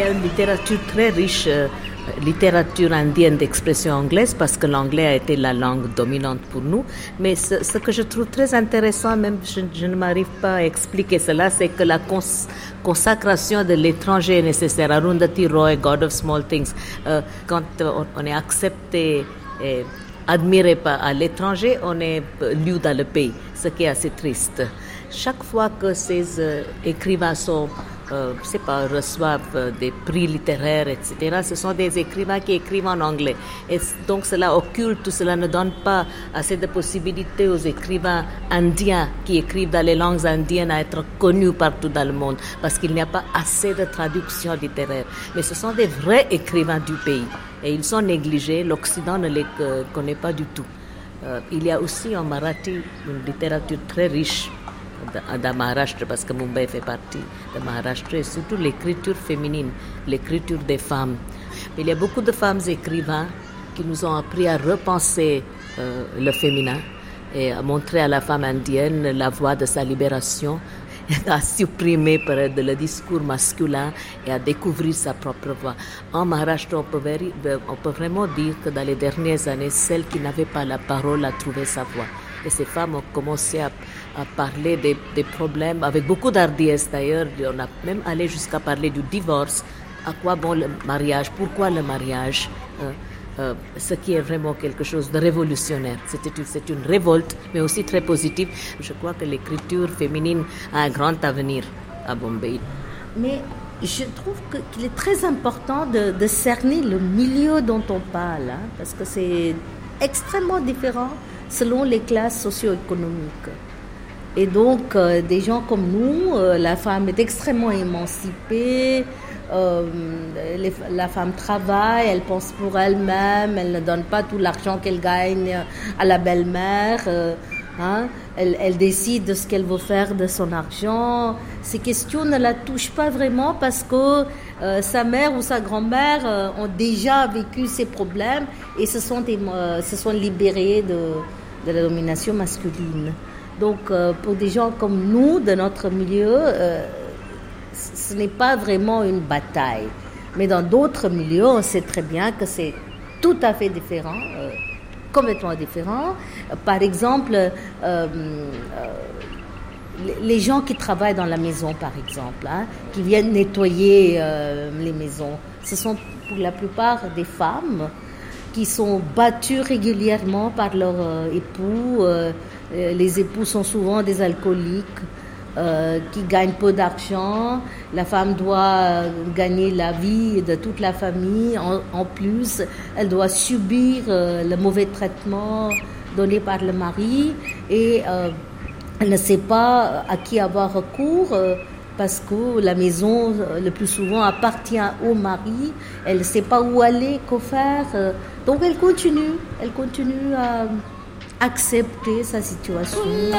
a une littérature très riche, littérature indienne d'expression anglaise, parce que l'anglais a été la langue dominante pour nous. Mais ce que je trouve très intéressant, même je ne m'arrive pas à expliquer cela, c'est que la consacration de l'étranger est nécessaire. Arundhati Roy, God of Small Things, quand on est accepté et admiré à l'étranger, on est lu dans le pays, ce qui est assez triste. Chaque fois que ces écrivains reçoivent des prix littéraires, etc., ce sont des écrivains qui écrivent en anglais. Et donc cela occulte, cela ne donne pas assez de possibilités aux écrivains indiens qui écrivent dans les langues indiennes à être connus partout dans le monde, parce qu'il n'y a pas assez de traductions littéraires. Mais ce sont des vrais écrivains du pays. Et ils sont négligés, l'Occident ne les connaît pas du tout. Il y a aussi en Marathi une littérature très riche dans Maharashtra, parce que Mumbai fait partie de Maharashtra, et surtout l'écriture féminine, l'écriture des femmes. Mais il y a beaucoup de femmes écrivains qui nous ont appris à repenser le féminin et à montrer à la femme indienne la voie de sa libération, à supprimer le discours masculin et à découvrir sa propre voix. En Maharashtra, on peut vraiment dire que dans les dernières années, celle qui n'avait pas la parole a trouvé sa voix. Et ces femmes ont commencé à parler des problèmes avec beaucoup d'hardiesse d'ailleurs. On a même allé jusqu'à parler du divorce. À quoi bon le mariage? Pourquoi le mariage? Ce qui est vraiment quelque chose de révolutionnaire. C'est une révolte, mais aussi très positive. Je crois que l'écriture féminine a un grand avenir à Bombay. Mais je trouve qu'il est très important de cerner le milieu dont on parle, hein, parce que c'est extrêmement différent selon les classes socio-économiques. Et donc, des gens comme nous, la femme est extrêmement émancipée, la femme travaille, elle pense pour elle-même, elle ne donne pas tout l'argent qu'elle gagne à la belle-mère, elle décide de ce qu'elle veut faire de son argent. Ces questions ne la touchent pas vraiment parce que sa mère ou sa grand-mère ont déjà vécu ces problèmes et se sont libérées de la domination masculine. Donc, pour des gens comme nous, de notre milieu, ce n'est pas vraiment une bataille. Mais dans d'autres milieux, on sait très bien que c'est tout à fait différent, complètement différent. Par exemple, les gens qui travaillent dans la maison, par exemple, qui viennent nettoyer les maisons, ce sont pour la plupart des femmes qui sont battues régulièrement par leur époux. Les époux sont souvent des alcooliques qui gagnent peu d'argent. La femme doit gagner la vie de toute la famille. En plus, elle doit subir le mauvais traitement donné par le mari et elle ne sait pas à qui avoir recours parce que la maison, le plus souvent, appartient au mari. Elle ne sait pas où aller, quoi faire. Donc elle continue à accepter sa situation.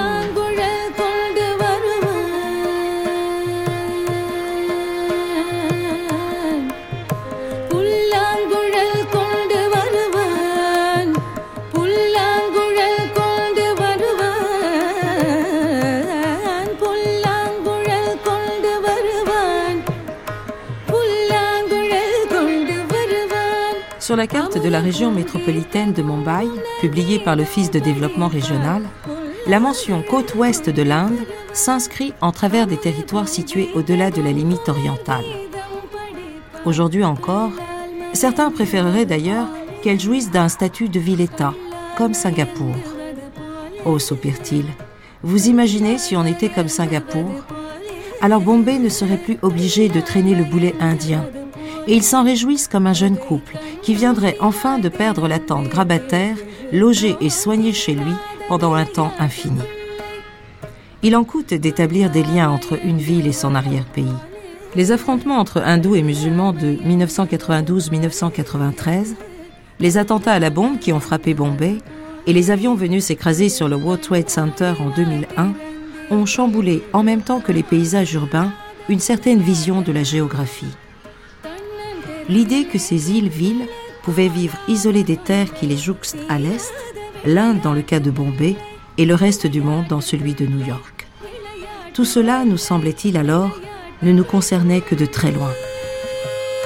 Sur la carte de la région métropolitaine de Mumbai, publiée par l'Office de développement régional, la mention côte ouest de l'Inde s'inscrit en travers des territoires situés au-delà de la limite orientale. Aujourd'hui encore, certains préféreraient d'ailleurs qu'elle jouisse d'un statut de ville-État, comme Singapour. Oh, soupire-t-il, vous imaginez si on était comme Singapour? Alors Bombay ne serait plus obligé de traîner le boulet indien. Et ils s'en réjouissent comme un jeune couple qui viendrait enfin de perdre la tante grabataire, logée et soignée chez lui pendant un temps infini. Il en coûte d'établir des liens entre une ville et son arrière-pays. Les affrontements entre hindous et musulmans de 1992-1993, les attentats à la bombe qui ont frappé Bombay et les avions venus s'écraser sur le World Trade Center en 2001 ont chamboulé en même temps que les paysages urbains une certaine vision de la géographie. L'idée que ces îles-villes pouvaient vivre isolées des terres qui les jouxtent à l'est, l'Inde dans le cas de Bombay et le reste du monde dans celui de New York. Tout cela, nous semblait-il alors, ne nous concernait que de très loin.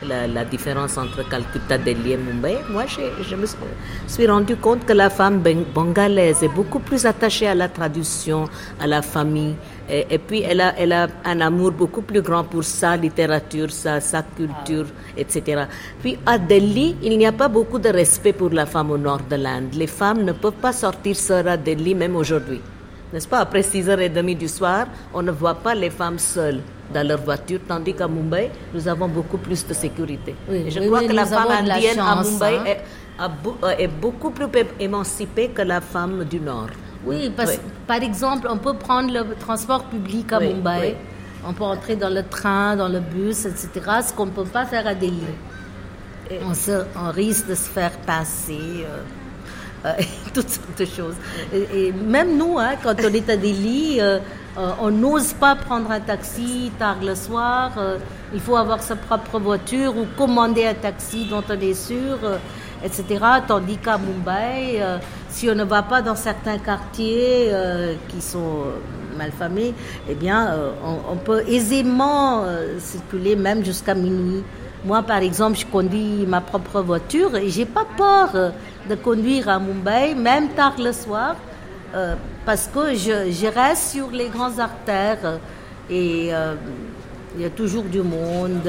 la différence entre Calcutta, Delhi et Mumbai, moi je me suis rendu compte que la femme bengalaise est beaucoup plus attachée à la tradition, à la famille, et puis elle a un amour beaucoup plus grand pour sa littérature, sa culture, etc. Puis à Delhi, il n'y a pas beaucoup de respect pour la femme au nord de l'Inde. Les femmes ne peuvent pas sortir seules à Delhi, même aujourd'hui. N'est-ce pas? Après 6h30 du soir, on ne voit pas les femmes seules dans leur voiture, tandis qu'à Mumbai, nous avons beaucoup plus de sécurité. Oui, et je crois que la femme indienne à Mumbai hein? est beaucoup plus émancipée que la femme du Nord. Oui, par exemple, on peut prendre le transport public à Mumbai, oui. On peut entrer dans le train, dans le bus, etc., ce qu'on ne peut pas faire à Delhi. On risque de se faire passer... toutes sortes de choses. Et même nous, hein, quand on est à Delhi, on n'ose pas prendre un taxi tard le soir. Il faut avoir sa propre voiture ou commander un taxi dont on est sûr, etc. Tandis qu'à Mumbai, si on ne va pas dans certains quartiers qui sont malfamés, eh bien, on peut aisément circuler même jusqu'à minuit. Moi, par exemple, je conduis ma propre voiture et j'ai pas peur de conduire à Mumbai, même tard le soir, parce que je reste sur les grandes artères et il y a toujours du monde.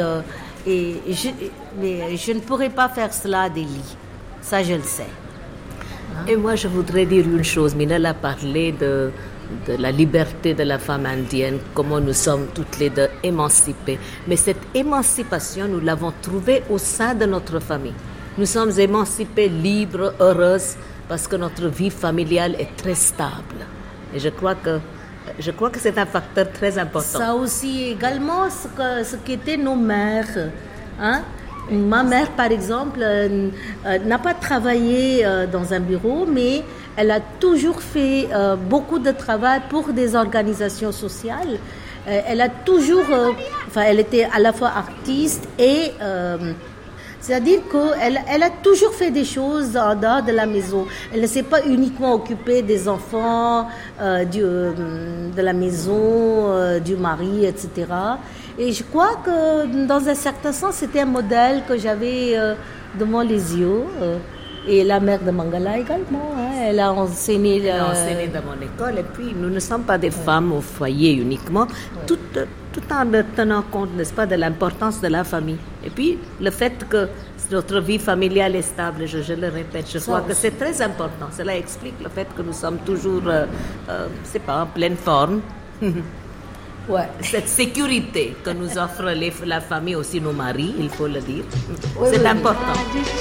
Mais je ne pourrais pas faire cela à Delhi. Ça, je le sais. Et moi, je voudrais dire une chose. Minal a parlé de la liberté de la femme indienne, comment nous sommes toutes les deux émancipées. Mais cette émancipation, nous l'avons trouvée au sein de notre famille. Nous sommes émancipées, libres, heureuses, parce que notre vie familiale est très stable. Et je crois que c'est un facteur très important. Ça aussi également ce qu'étaient nos mères. Hein? Ma mère, par exemple, n'a pas travaillé dans un bureau, mais elle a toujours fait beaucoup de travail pour des organisations sociales. Elle a toujours... elle était à la fois artiste et... c'est-à-dire qu'elle a toujours fait des choses en dehors de la maison. Elle ne s'est pas uniquement occupée des enfants, de la maison, du mari, etc. Et je crois que dans un certain sens, c'était un modèle que j'avais devant les yeux. Et la mère de Mangala également, hein, elle a enseigné dans mon école. Et puis, nous ne sommes pas des femmes au foyer uniquement, tout en tenant compte, n'est-ce pas, de l'importance de la famille. Et puis, le fait que notre vie familiale est stable, je le répète, je crois que c'est très important. Cela explique le fait que nous sommes toujours, en pleine forme. Ouais. Cette sécurité que nous offre la famille, aussi nos maris, il faut le dire, c'est important.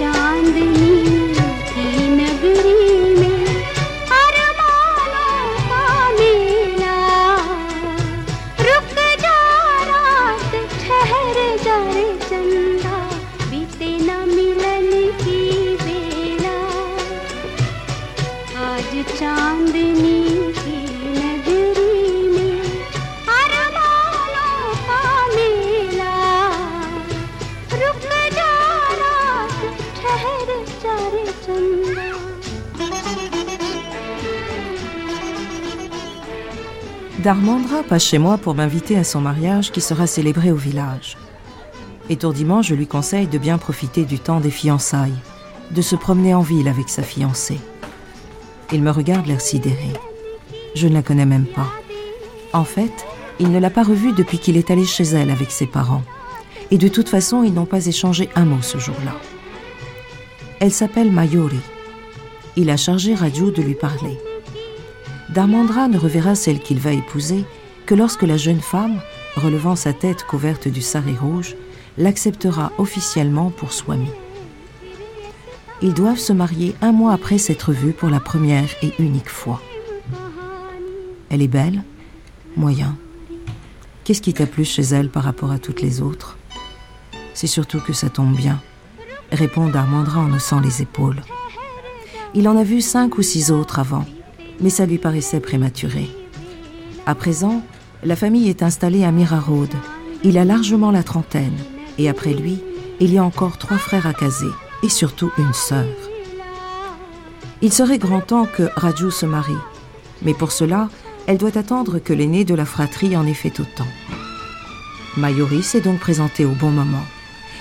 Dharmendra passe chez moi pour m'inviter à son mariage qui sera célébré au village. Étourdiment, je lui conseille de bien profiter du temps des fiançailles, de se promener en ville avec sa fiancée. Il me regarde l'air sidéré. Je ne la connais même pas. En fait, il ne l'a pas revue depuis qu'il est allé chez elle avec ses parents. Et de toute façon, ils n'ont pas échangé un mot ce jour-là. Elle s'appelle Mayuri. Il a chargé Raju de lui parler. Dharmendra ne reverra celle qu'il va épouser que lorsque la jeune femme, relevant sa tête couverte du sari rouge, l'acceptera officiellement pour Swami. Ils doivent se marier 1 mois après s'être vus pour la première et unique fois. Elle est belle, moyen. Qu'est-ce qui t'a plu chez elle par rapport à toutes les autres? C'est surtout que ça tombe bien, répond Dharmendra en haussant les épaules. Il en a vu 5 ou 6 autres avant, mais ça lui paraissait prématuré. À présent, la famille est installée à Mira Road. Il a largement la trentaine, et après lui, il y a encore 3 frères à caser, et surtout une sœur. Il serait grand temps que Raju se marie, mais pour cela, elle doit attendre que l'aîné de la fratrie en ait fait autant. Mayuri s'est donc présentée au bon moment.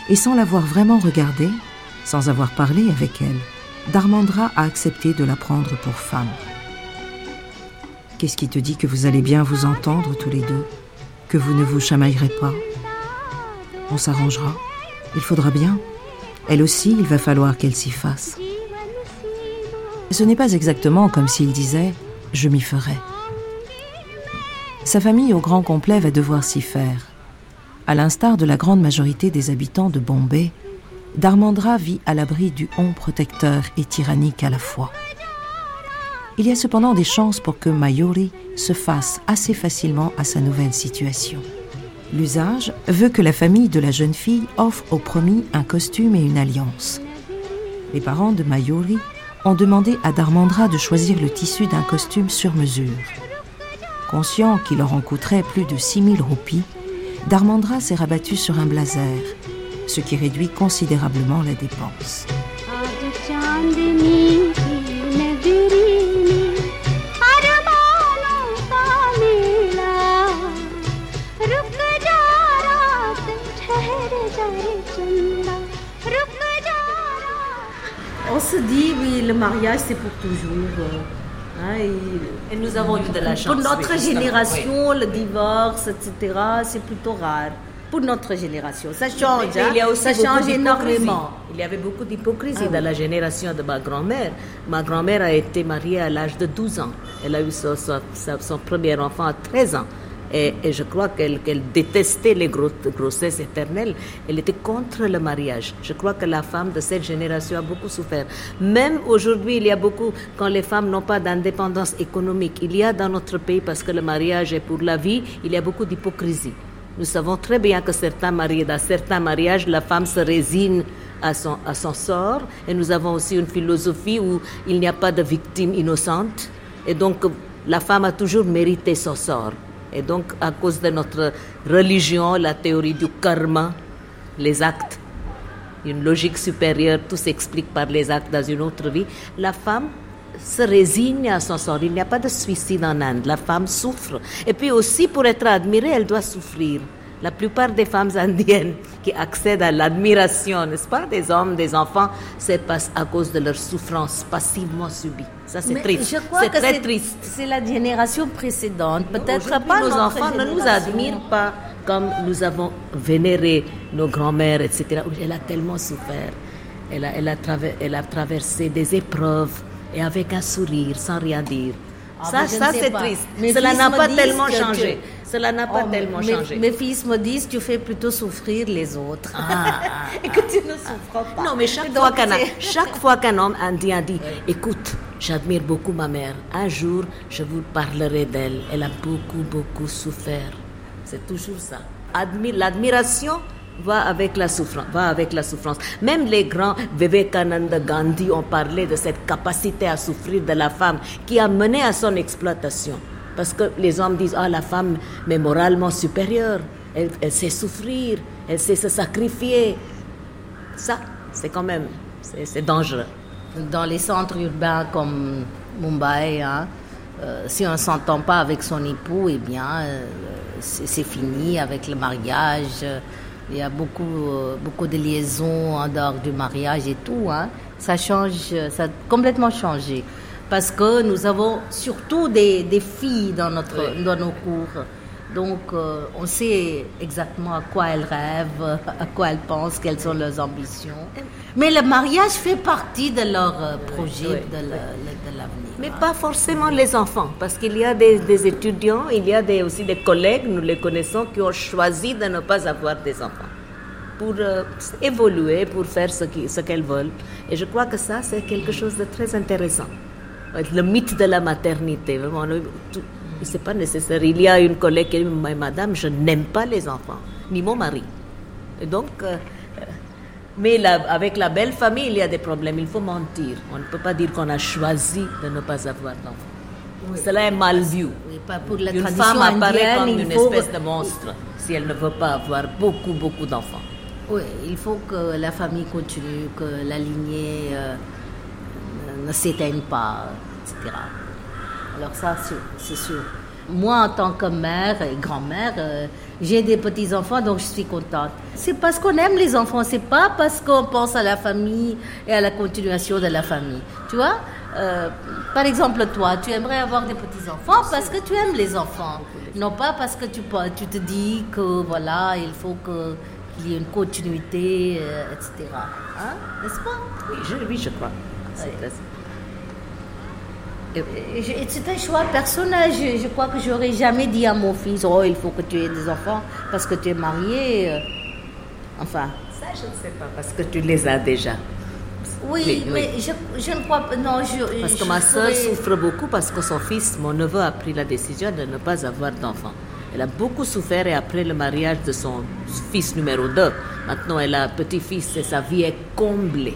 Et sans l'avoir vraiment regardée, sans avoir parlé avec elle, Dharmendra a accepté de la prendre pour femme. Qu'est-ce qui te dit que vous allez bien vous entendre tous les deux? Que vous ne vous chamaillerez pas? On s'arrangera. Il faudra bien. Elle aussi, il va falloir qu'elle s'y fasse. Ce n'est pas exactement comme s'il disait « je m'y ferai ». Sa famille au grand complet va devoir s'y faire. À l'instar de la grande majorité des habitants de Bombay, Dharmendra vit à l'abri du on protecteur et tyrannique à la fois. Il y a cependant des chances pour que Mayuri se fasse assez facilement à sa nouvelle situation. L'usage veut que la famille de la jeune fille offre au promis un costume et une alliance. Les parents de Mayuri ont demandé à Dharmendra de choisir le tissu d'un costume sur mesure. Conscient qu'il leur en coûterait plus de 6000 roupies, Dharmendra s'est rabattu sur un blazer, ce qui réduit considérablement la dépense. On se dit, oui, le mariage, c'est pour toujours. Et nous avons eu de la chance. Pour notre génération, le divorce, etc., c'est plutôt rare. Pour notre génération, ça change. Il y a aussi ça change énormément. Il y avait beaucoup d'hypocrisie dans la génération de ma grand-mère. Ma grand-mère a été mariée à l'âge de 12 ans. Elle a eu son premier enfant à 13 ans. Et je crois qu'elle détestait les grossesses éternelles. Elle était contre le mariage. Je crois que la femme de cette génération a beaucoup souffert. Même aujourd'hui, il y a beaucoup, quand les femmes n'ont pas d'indépendance économique, il y a dans notre pays, parce que le mariage est pour la vie, il y a beaucoup d'hypocrisie. Nous savons très bien que dans certains mariages, la femme se résigne à son sort. Et nous avons aussi une philosophie où il n'y a pas de victime innocente. Et donc, la femme a toujours mérité son sort. Et donc, à cause de notre religion, la théorie du karma, les actes, une logique supérieure, tout s'explique par les actes dans une autre vie, la femme se résigne à son sort. Il n'y a pas de suicide en Inde. La femme souffre. Et puis aussi, pour être admirée, elle doit souffrir. La plupart des femmes indiennes qui accèdent à l'admiration, n'est-ce pas, des hommes, des enfants, c'est à cause de leur souffrance passivement subie. Ça, c'est triste. Je crois que très triste. C'est la génération précédente. Peut-être pas nos enfants ne nous admirent pas comme nous avons vénéré nos grands-mères, etc. Elle a tellement souffert. Elle a traversé des épreuves et avec un sourire, sans rien dire. Ça c'est triste. Cela n'a pas tellement changé. Cela n'a pas tellement changé. Mes fils me disent, tu fais plutôt souffrir les autres. Et que tu ne souffres pas. Non, mais chaque fois qu'un homme indien dit, écoute, j'admire beaucoup ma mère. Un jour, je vous parlerai d'elle. Elle a beaucoup, beaucoup souffert. C'est toujours ça. L'admiration va avec la souffrance. Même les grands Vivekananda, Gandhi ont parlé de cette capacité à souffrir de la femme qui a mené à son exploitation. Parce que les hommes disent, la femme est moralement supérieure, elle sait souffrir, elle sait se sacrifier. Ça, c'est quand même, c'est dangereux. Dans les centres urbains comme Mumbai, si on ne s'entend pas avec son époux, eh bien, c'est fini avec le mariage. Il y a beaucoup de liaisons en dehors du mariage et tout. Ça change, ça a complètement changé. Parce que nous avons surtout des filles dans nos cours. Donc, on sait exactement à quoi elles rêvent, à quoi elles pensent, quelles sont leurs ambitions. Mais le mariage fait partie de leur projet, de l'avenir. Mais pas forcément les enfants, parce qu'il y a des étudiants, il y a aussi des collègues, nous les connaissons, qui ont choisi de ne pas avoir des enfants pour évoluer, pour faire ce qu'elles veulent. Et je crois que ça, c'est quelque chose de très intéressant. Le mythe de la maternité, vraiment, c'est pas nécessaire. Il y a une collègue qui dit, madame, je n'aime pas les enfants, ni mon mari. Et donc, mais avec la belle famille, il y a des problèmes. Il faut mentir. On ne peut pas dire qu'on a choisi de ne pas avoir d'enfants. Oui. Cela est mal vu. Oui, pas pour la une femme apparaît comme une espèce de monstre si elle ne veut pas avoir beaucoup, beaucoup d'enfants. Oui, il faut que la famille continue, que la lignée ne s'éteigne pas, etc. Alors ça, c'est sûr. Moi, en tant que mère et grand-mère, j'ai des petits-enfants, donc je suis contente. C'est parce qu'on aime les enfants, c'est pas parce qu'on pense à la famille et à la continuation de la famille. Tu vois, par exemple, toi, tu aimerais avoir des petits-enfants parce que tu aimes les enfants. Non pas parce que tu te dis que, voilà, il faut qu'il y ait une continuité, etc. Hein? N'est-ce pas? Oui, je crois. C'est un choix personnel. Je crois que j'aurais jamais dit à mon fils, oh, il faut que tu aies des enfants parce que tu es marié. Enfin. Ça, je ne sais pas, parce que tu les as déjà. Oui, mais je ne crois pas. Non, parce que ma soeur souffre beaucoup parce que son fils, mon neveu, a pris la décision de ne pas avoir d'enfant. Elle a beaucoup souffert et après le mariage de son fils numéro 2, maintenant elle a un petit-fils et sa vie est comblée.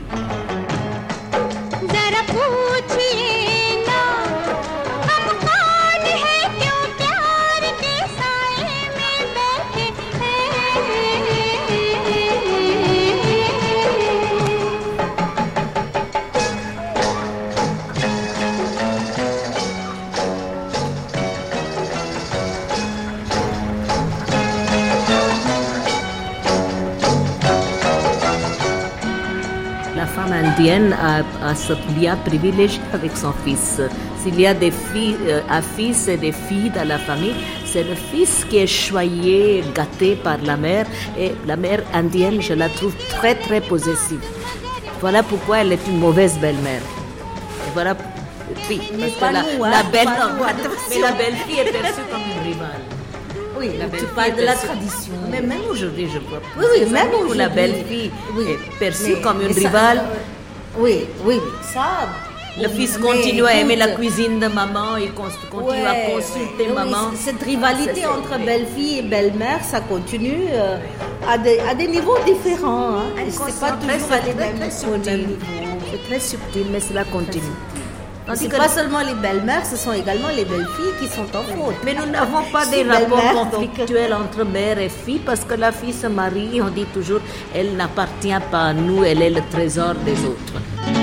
Indienne a ce lien privilégié avec son fils. S'il y a des filles, un fils et des filles dans la famille, c'est le fils qui est choyé, gâté par la mère. Et la mère indienne, je la trouve très, très possessive. Voilà pourquoi elle est une mauvaise belle-mère. Et voilà, oui, parce que la belle-fille est perçue comme une rivale. Oui, tu parles de la tradition. Mais même aujourd'hui, je crois. Oui, même aujourd'hui. La belle-fille est perçue comme une rivale. Oui, ça... Le fils continue à aimer la cuisine de maman, il continue à consulter maman. Cette rivalité entre belle-fille et belle-mère, ça continue à des niveaux différents. Hein. C'est pas toujours à les mêmes niveaux. C'est très subtil, mais cela continue. C'est pas seulement les belles-mères, ce sont également les belles-filles qui sont en faute. Mais nous n'avons pas des rapports conflictuels entre mère et fille parce que la fille se marie, on dit toujours, elle n'appartient pas à nous, elle est le trésor des autres.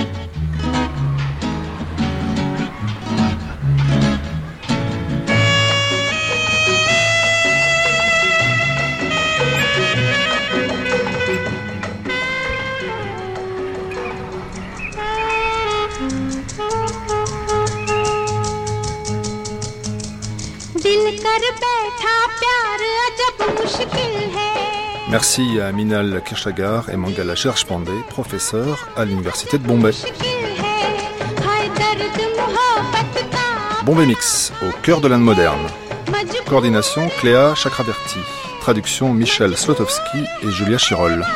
Merci à Minal Kirshagar et Mangala Shershpande, professeurs à l'Université de Bombay. Bombay Mix, au cœur de l'Inde moderne. Coordination Cléa Chakraverti. Traduction Michel Slotowski et Julia Chirol.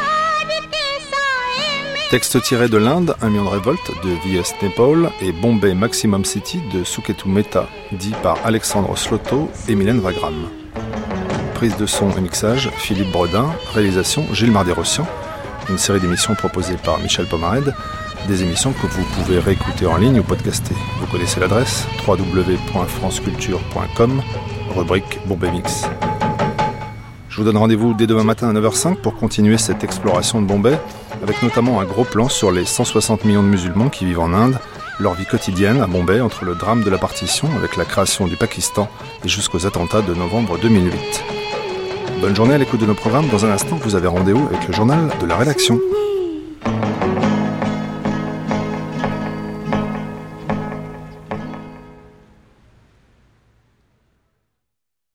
Texte tiré de l'Inde, Un million de révolte de V.S. Nepal et Bombay Maximum City de Suketu Mehta, dit par Alexandre Sloto et Mylène Wagram. Prise de son et mixage, Philippe Bredin. Réalisation, Gilles Mardy-Rossian. Une série d'émissions proposées par Michel Pomarède. Des émissions que vous pouvez réécouter en ligne ou podcaster. Vous connaissez l'adresse www.franceculture.com, rubrique Bombay Mix. Je vous donne rendez-vous dès demain matin à 9h05 pour continuer cette exploration de Bombay, avec notamment un gros plan sur les 160 millions de musulmans qui vivent en Inde, leur vie quotidienne à Bombay entre le drame de la partition avec la création du Pakistan et jusqu'aux attentats de novembre 2008. Bonne journée à l'écoute de nos programmes. Dans un instant, vous avez rendez-vous avec le journal de la rédaction.